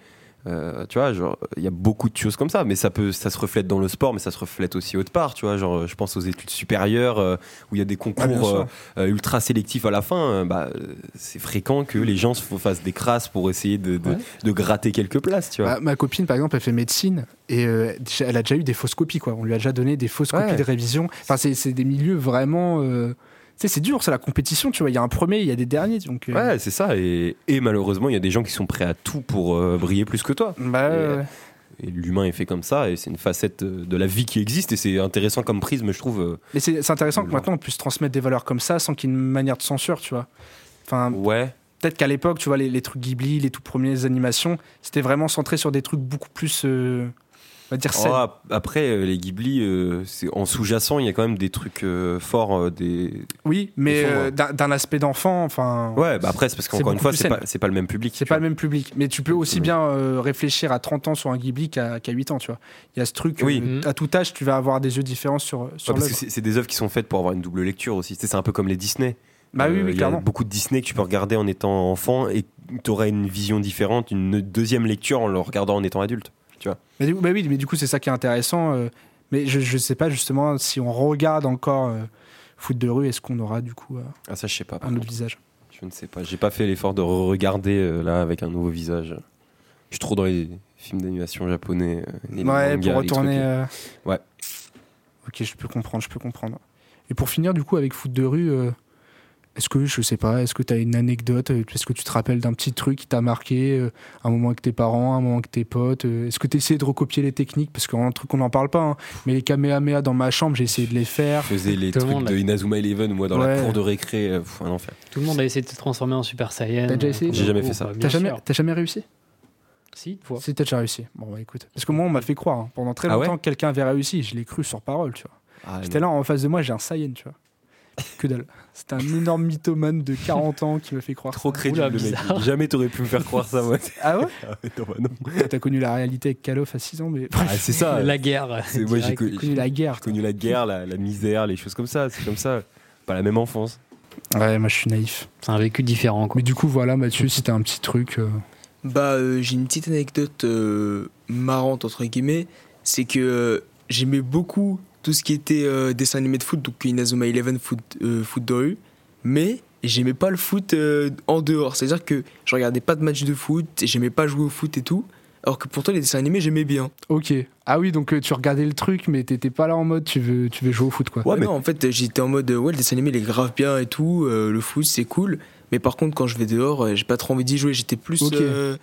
Tu vois, genre, il y a beaucoup de choses comme ça, mais ça se reflète dans le sport, mais ça se reflète aussi autre part. Tu vois, genre, je pense aux études supérieures où il y a des bien concours sûr. ultra sélectifs à la fin. C'est fréquent que les gens se fassent des crasses pour essayer de gratter quelques places. Tu vois. Ma copine, par exemple, elle fait médecine et elle a déjà eu des fausses copies, quoi. On lui a déjà donné des fausses copies de révision. Enfin, c'est des milieux vraiment. Tu sais, c'est dur, c'est la compétition, tu vois. Il y a un premier, il y a des derniers. Donc, Ouais, c'est ça. Et malheureusement, il y a des gens qui sont prêts à tout pour briller plus que toi. Bah, ouais. Et l'humain est fait comme ça, et c'est une facette de la vie qui existe, et c'est intéressant comme prisme, je trouve. Mais c'est intéressant que maintenant on puisse transmettre des valeurs comme ça sans qu'il y ait une manière de censure, tu vois. Enfin, Ouais. peut-être qu'à l'époque, tu vois, les trucs Ghibli, les tout premières animations, c'était vraiment centré sur des trucs beaucoup plus, on va dire, saines. Oh, après, les Ghibli, c'est en sous-jacent, il y a quand même des trucs forts. Oui, mais Ils sont, d'un aspect d'enfant, enfin. Ouais, bah après, c'est parce C'est qu'encore une beaucoup fois, plus c'est pas le même public. C'est tu pas vois. le même public. Mais tu peux aussi bien réfléchir à 30 ans sur un Ghibli qu'à 8 ans, tu vois. Il y a ce truc, Oui. à tout âge, tu vas avoir des yeux différents sur Ouais, parce l'œuvre. que c'est des œuvres qui sont faites pour avoir une double lecture aussi. Tu sais, c'est un peu comme les Disney. Bah oui, Il y a clairement. beaucoup de Disney que tu peux regarder en étant enfant, et tu auras une vision différente, une deuxième lecture en le regardant en étant adulte. Mais du coup, c'est ça qui est intéressant. Mais je sais pas justement si on regarde encore foot de rue, est-ce qu'on aura du coup Ah, ça, je sais pas. par un autre contre. visage. Je ne sais pas. J'ai pas fait l'effort de regarder là avec un nouveau visage. Je suis trop dans les films d'animation japonais. Les Ouais, mangas, pour les retourner. trucs. Ouais. Ok, je peux comprendre. Et pour finir, du coup, avec foot de rue, est-ce que tu as une anecdote, est-ce que tu te rappelles d'un petit truc qui t'a marqué, un moment avec tes parents, un moment avec tes potes, est-ce que tu essaies de recopier les techniques, parce qu'un truc on n'en parle pas, hein, mais les Kamehameha dans ma chambre, j'ai essayé de les faire. Je faisais les Tout le trucs monde de Inazuma Eleven, moi, dans Ouais. la cour de récré. Un enfer. Tout le monde a essayé de se transformer en Super Saiyan. T'as déjà essayé J'ai jamais fait ça. Bien sûr. T'as jamais réussi? Si, une fois. Si, t'as déjà réussi. Bon, bah écoute. Parce que moi, on m'a fait croire, hein. Pendant très Ah ouais longtemps, quelqu'un avait réussi, je l'ai cru sur parole, tu vois. Ah, J'étais là, en face de moi, j'ai un Saiyan, tu vois. Que dalle. C'était un énorme mythomane de 40 ans qui m'a fait croire trop ça. crédule, Oula, le mec. bizarre. Jamais t'aurais pu me faire croire ça, moi. Ah ouais? Ah ouais, non, bah non. T'as connu la réalité avec Call of à 6 ans, mais Ah, c'est ça. La guerre. C'est- moi, j'ai direct. connu- t'as connu la guerre. J'ai connu la guerre, la misère, les choses comme ça. C'est comme ça. Pas la même enfance. Ouais, moi je suis naïf. C'est un vécu différent, quoi. Mais du coup, voilà, Mathieu, si t'as un petit truc. J'ai une petite anecdote marrante, entre guillemets. C'est que j'aimais beaucoup tout ce qui était dessin animé de foot, donc Inazuma Eleven, foot de rue. Mais j'aimais pas le foot en dehors. C'est-à-dire que je regardais pas de match de foot, et j'aimais pas jouer au foot et tout. Alors que pourtant, les dessins animés, j'aimais bien. Ok. Ah oui, donc tu regardais le truc, mais t'étais pas là en mode tu veux jouer au foot, quoi. Ouais, mais- Non, en fait, j'étais en mode ouais, le dessin animé, il est grave bien et tout. Le foot, c'est cool. Mais par contre, quand je vais dehors, j'ai pas trop envie d'y jouer. J'étais plus, Ok.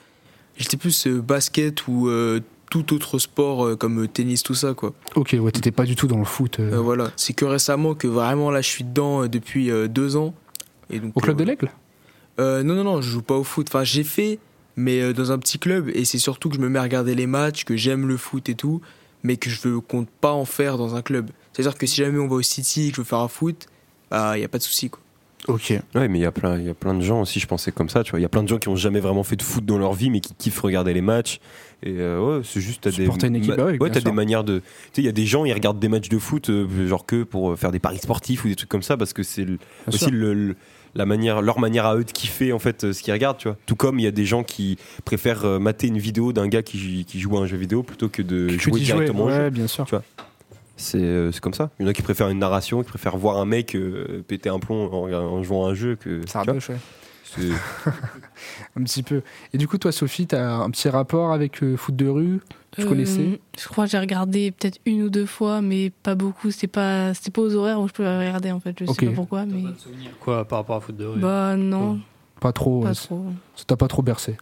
basket ou tout autre sport comme tennis, tout ça, quoi. Ok, ouais, t'étais pas du tout dans le foot. Voilà. C'est que récemment que vraiment là, je suis dedans depuis 2 ans. Et donc, Au club de l'Aigle? Non, je joue pas au foot. Enfin, j'ai fait, mais dans un petit club. Et c'est surtout que je me mets à regarder les matchs, que j'aime le foot et tout, mais que je compte pas en faire dans un club. C'est-à-dire que si jamais on va au City et que je veux faire un foot, bah, y a pas de souci, quoi. Ok. Ouais, mais il y a plein de gens aussi, je pensais comme ça, tu vois. Il y a plein de gens qui ont jamais vraiment fait de foot dans leur vie, mais qui kiffent regarder les matchs. Et ouais, c'est juste, t'as Supporter une équipe, bah oui, bien t'as sûr. des manières de. Tu sais, il y a des gens, ils regardent des matchs de foot, genre que pour faire des paris sportifs ou des trucs comme ça, parce que c'est aussi sûr. leur manière à eux de kiffer en fait ce qu'ils regardent, tu vois. Tout comme il y a des gens qui préfèrent mater une vidéo d'un gars qui joue à un jeu vidéo plutôt que de Que jouer d'y directement au jeu. Ouais, bien sûr. C'est comme ça. Il y en a qui préfèrent une narration, qui préfèrent voir un mec péter un plomb en jouant à un jeu que. Ça tu vois. radoche, ouais. Un petit peu. Et du coup, toi, Sophie, t'as un petit rapport avec foot de rue? Tu connaissais? Je crois que j'ai regardé peut-être 1 ou 2 fois, mais pas beaucoup. C'était pas aux horaires où je pouvais regarder, en fait. Je sais pas pourquoi, mais... Quoi, par rapport à foot de rue? Bah non. Pas trop. Pas trop. Ça t'a pas trop bercé?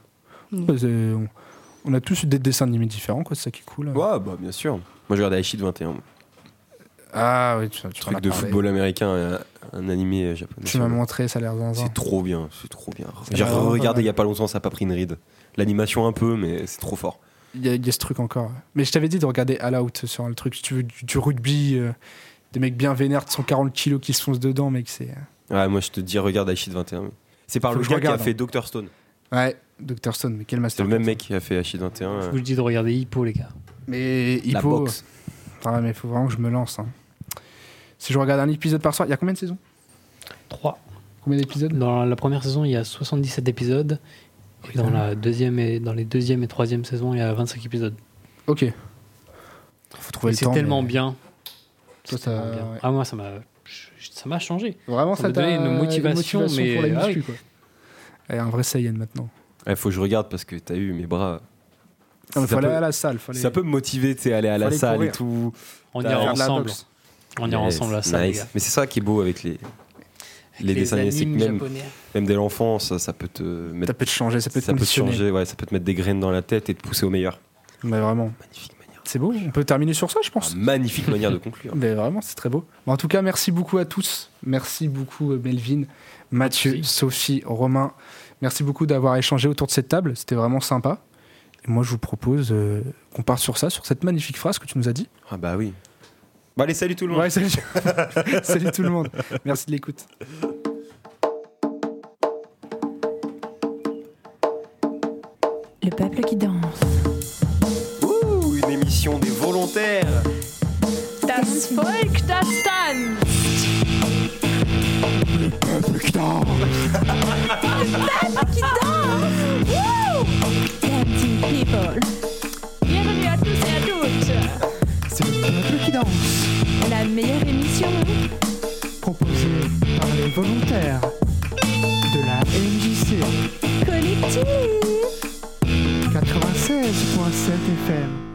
On a tous eu des dessins animés différents, quoi. C'est ça qui est cool. Ouais, bah bien sûr. Moi, je regardais Aishid 21. Ah oui, tu truc de football américain, un animé japonais. Tu m'as montré, ça a l'air zinzin. C'est trop bien. J'ai regardé il y a pas longtemps, ça a pas pris une ride. L'animation un peu, mais c'est trop fort. Il y a ce truc encore. Mais je t'avais dit de regarder All Out sur le truc, si tu veux, du rugby, des mecs bien vénères de 140 kilos qui se foncent dedans, mec. Ouais, moi je te dis, regarde Aishid 21. C'est par le gars qui a fait Dr. Stone. Ouais, Dr. Stone, mais quel master. C'est le même mec qui a fait Aishid 21. Je vous dis de regarder Hippo, les gars. Mais Hippo. La boxe. Ah, mais il faut vraiment que je me lance. Si je regarde un épisode par soir, il y a combien de saisons? 3. Combien d'épisodes? Dans la première saison, il y a 77 épisodes. Et dans les deuxième et troisième saisons, il y a 25 épisodes. Ok. Faut trouver le temps. C'est tellement bien. Toi, ça... bien. Ouais. Ah, moi, ça m'a changé. Vraiment, ça m'a donné une motivation, mais pour la muscu, quoi. Elle est un vrai Saiyan maintenant. Il faut que je regarde parce que t'as eu mes bras. Il faut aller à la salle. Ça peut me motiver, tu sais, aller à la salle courir. Et tout. On ira ensemble. On ira ensemble à la salle. Nice. Mais c'est ça qui est beau avec les dessins animés, c'est que même dès l'enfance, ça peut te mettre. Ça peut te changer, ça peut te changer, ouais, ça peut te mettre des graines dans la tête et te pousser au meilleur. Mais vraiment. Magnifique manière. C'est beau, on peut terminer sur ça, je pense. Magnifique manière de conclure. Mais vraiment, c'est très beau. Bon, en tout cas, merci beaucoup à tous. Merci beaucoup, Melvin, Mathieu, Sophie, Romain. Merci beaucoup d'avoir échangé autour de cette table. C'était vraiment sympa. Et moi, je vous propose qu'on parte sur ça, sur cette magnifique phrase que tu nous as dit. Ah bah oui. Bon allez, salut tout le monde. Ouais, salut. Salut tout le monde. Merci de l'écoute. Le peuple qui danse. Ouh, une émission des volontaires. Das Volk, das tanzt. Le peuple qui danse. Le peuple qui danse. Woo! Dancing people. Bienvenue à tous et à toutes. C'est le peuple qui danse. La meilleure émission Proposée par les volontaires de la MJC collective. 96.7 FM.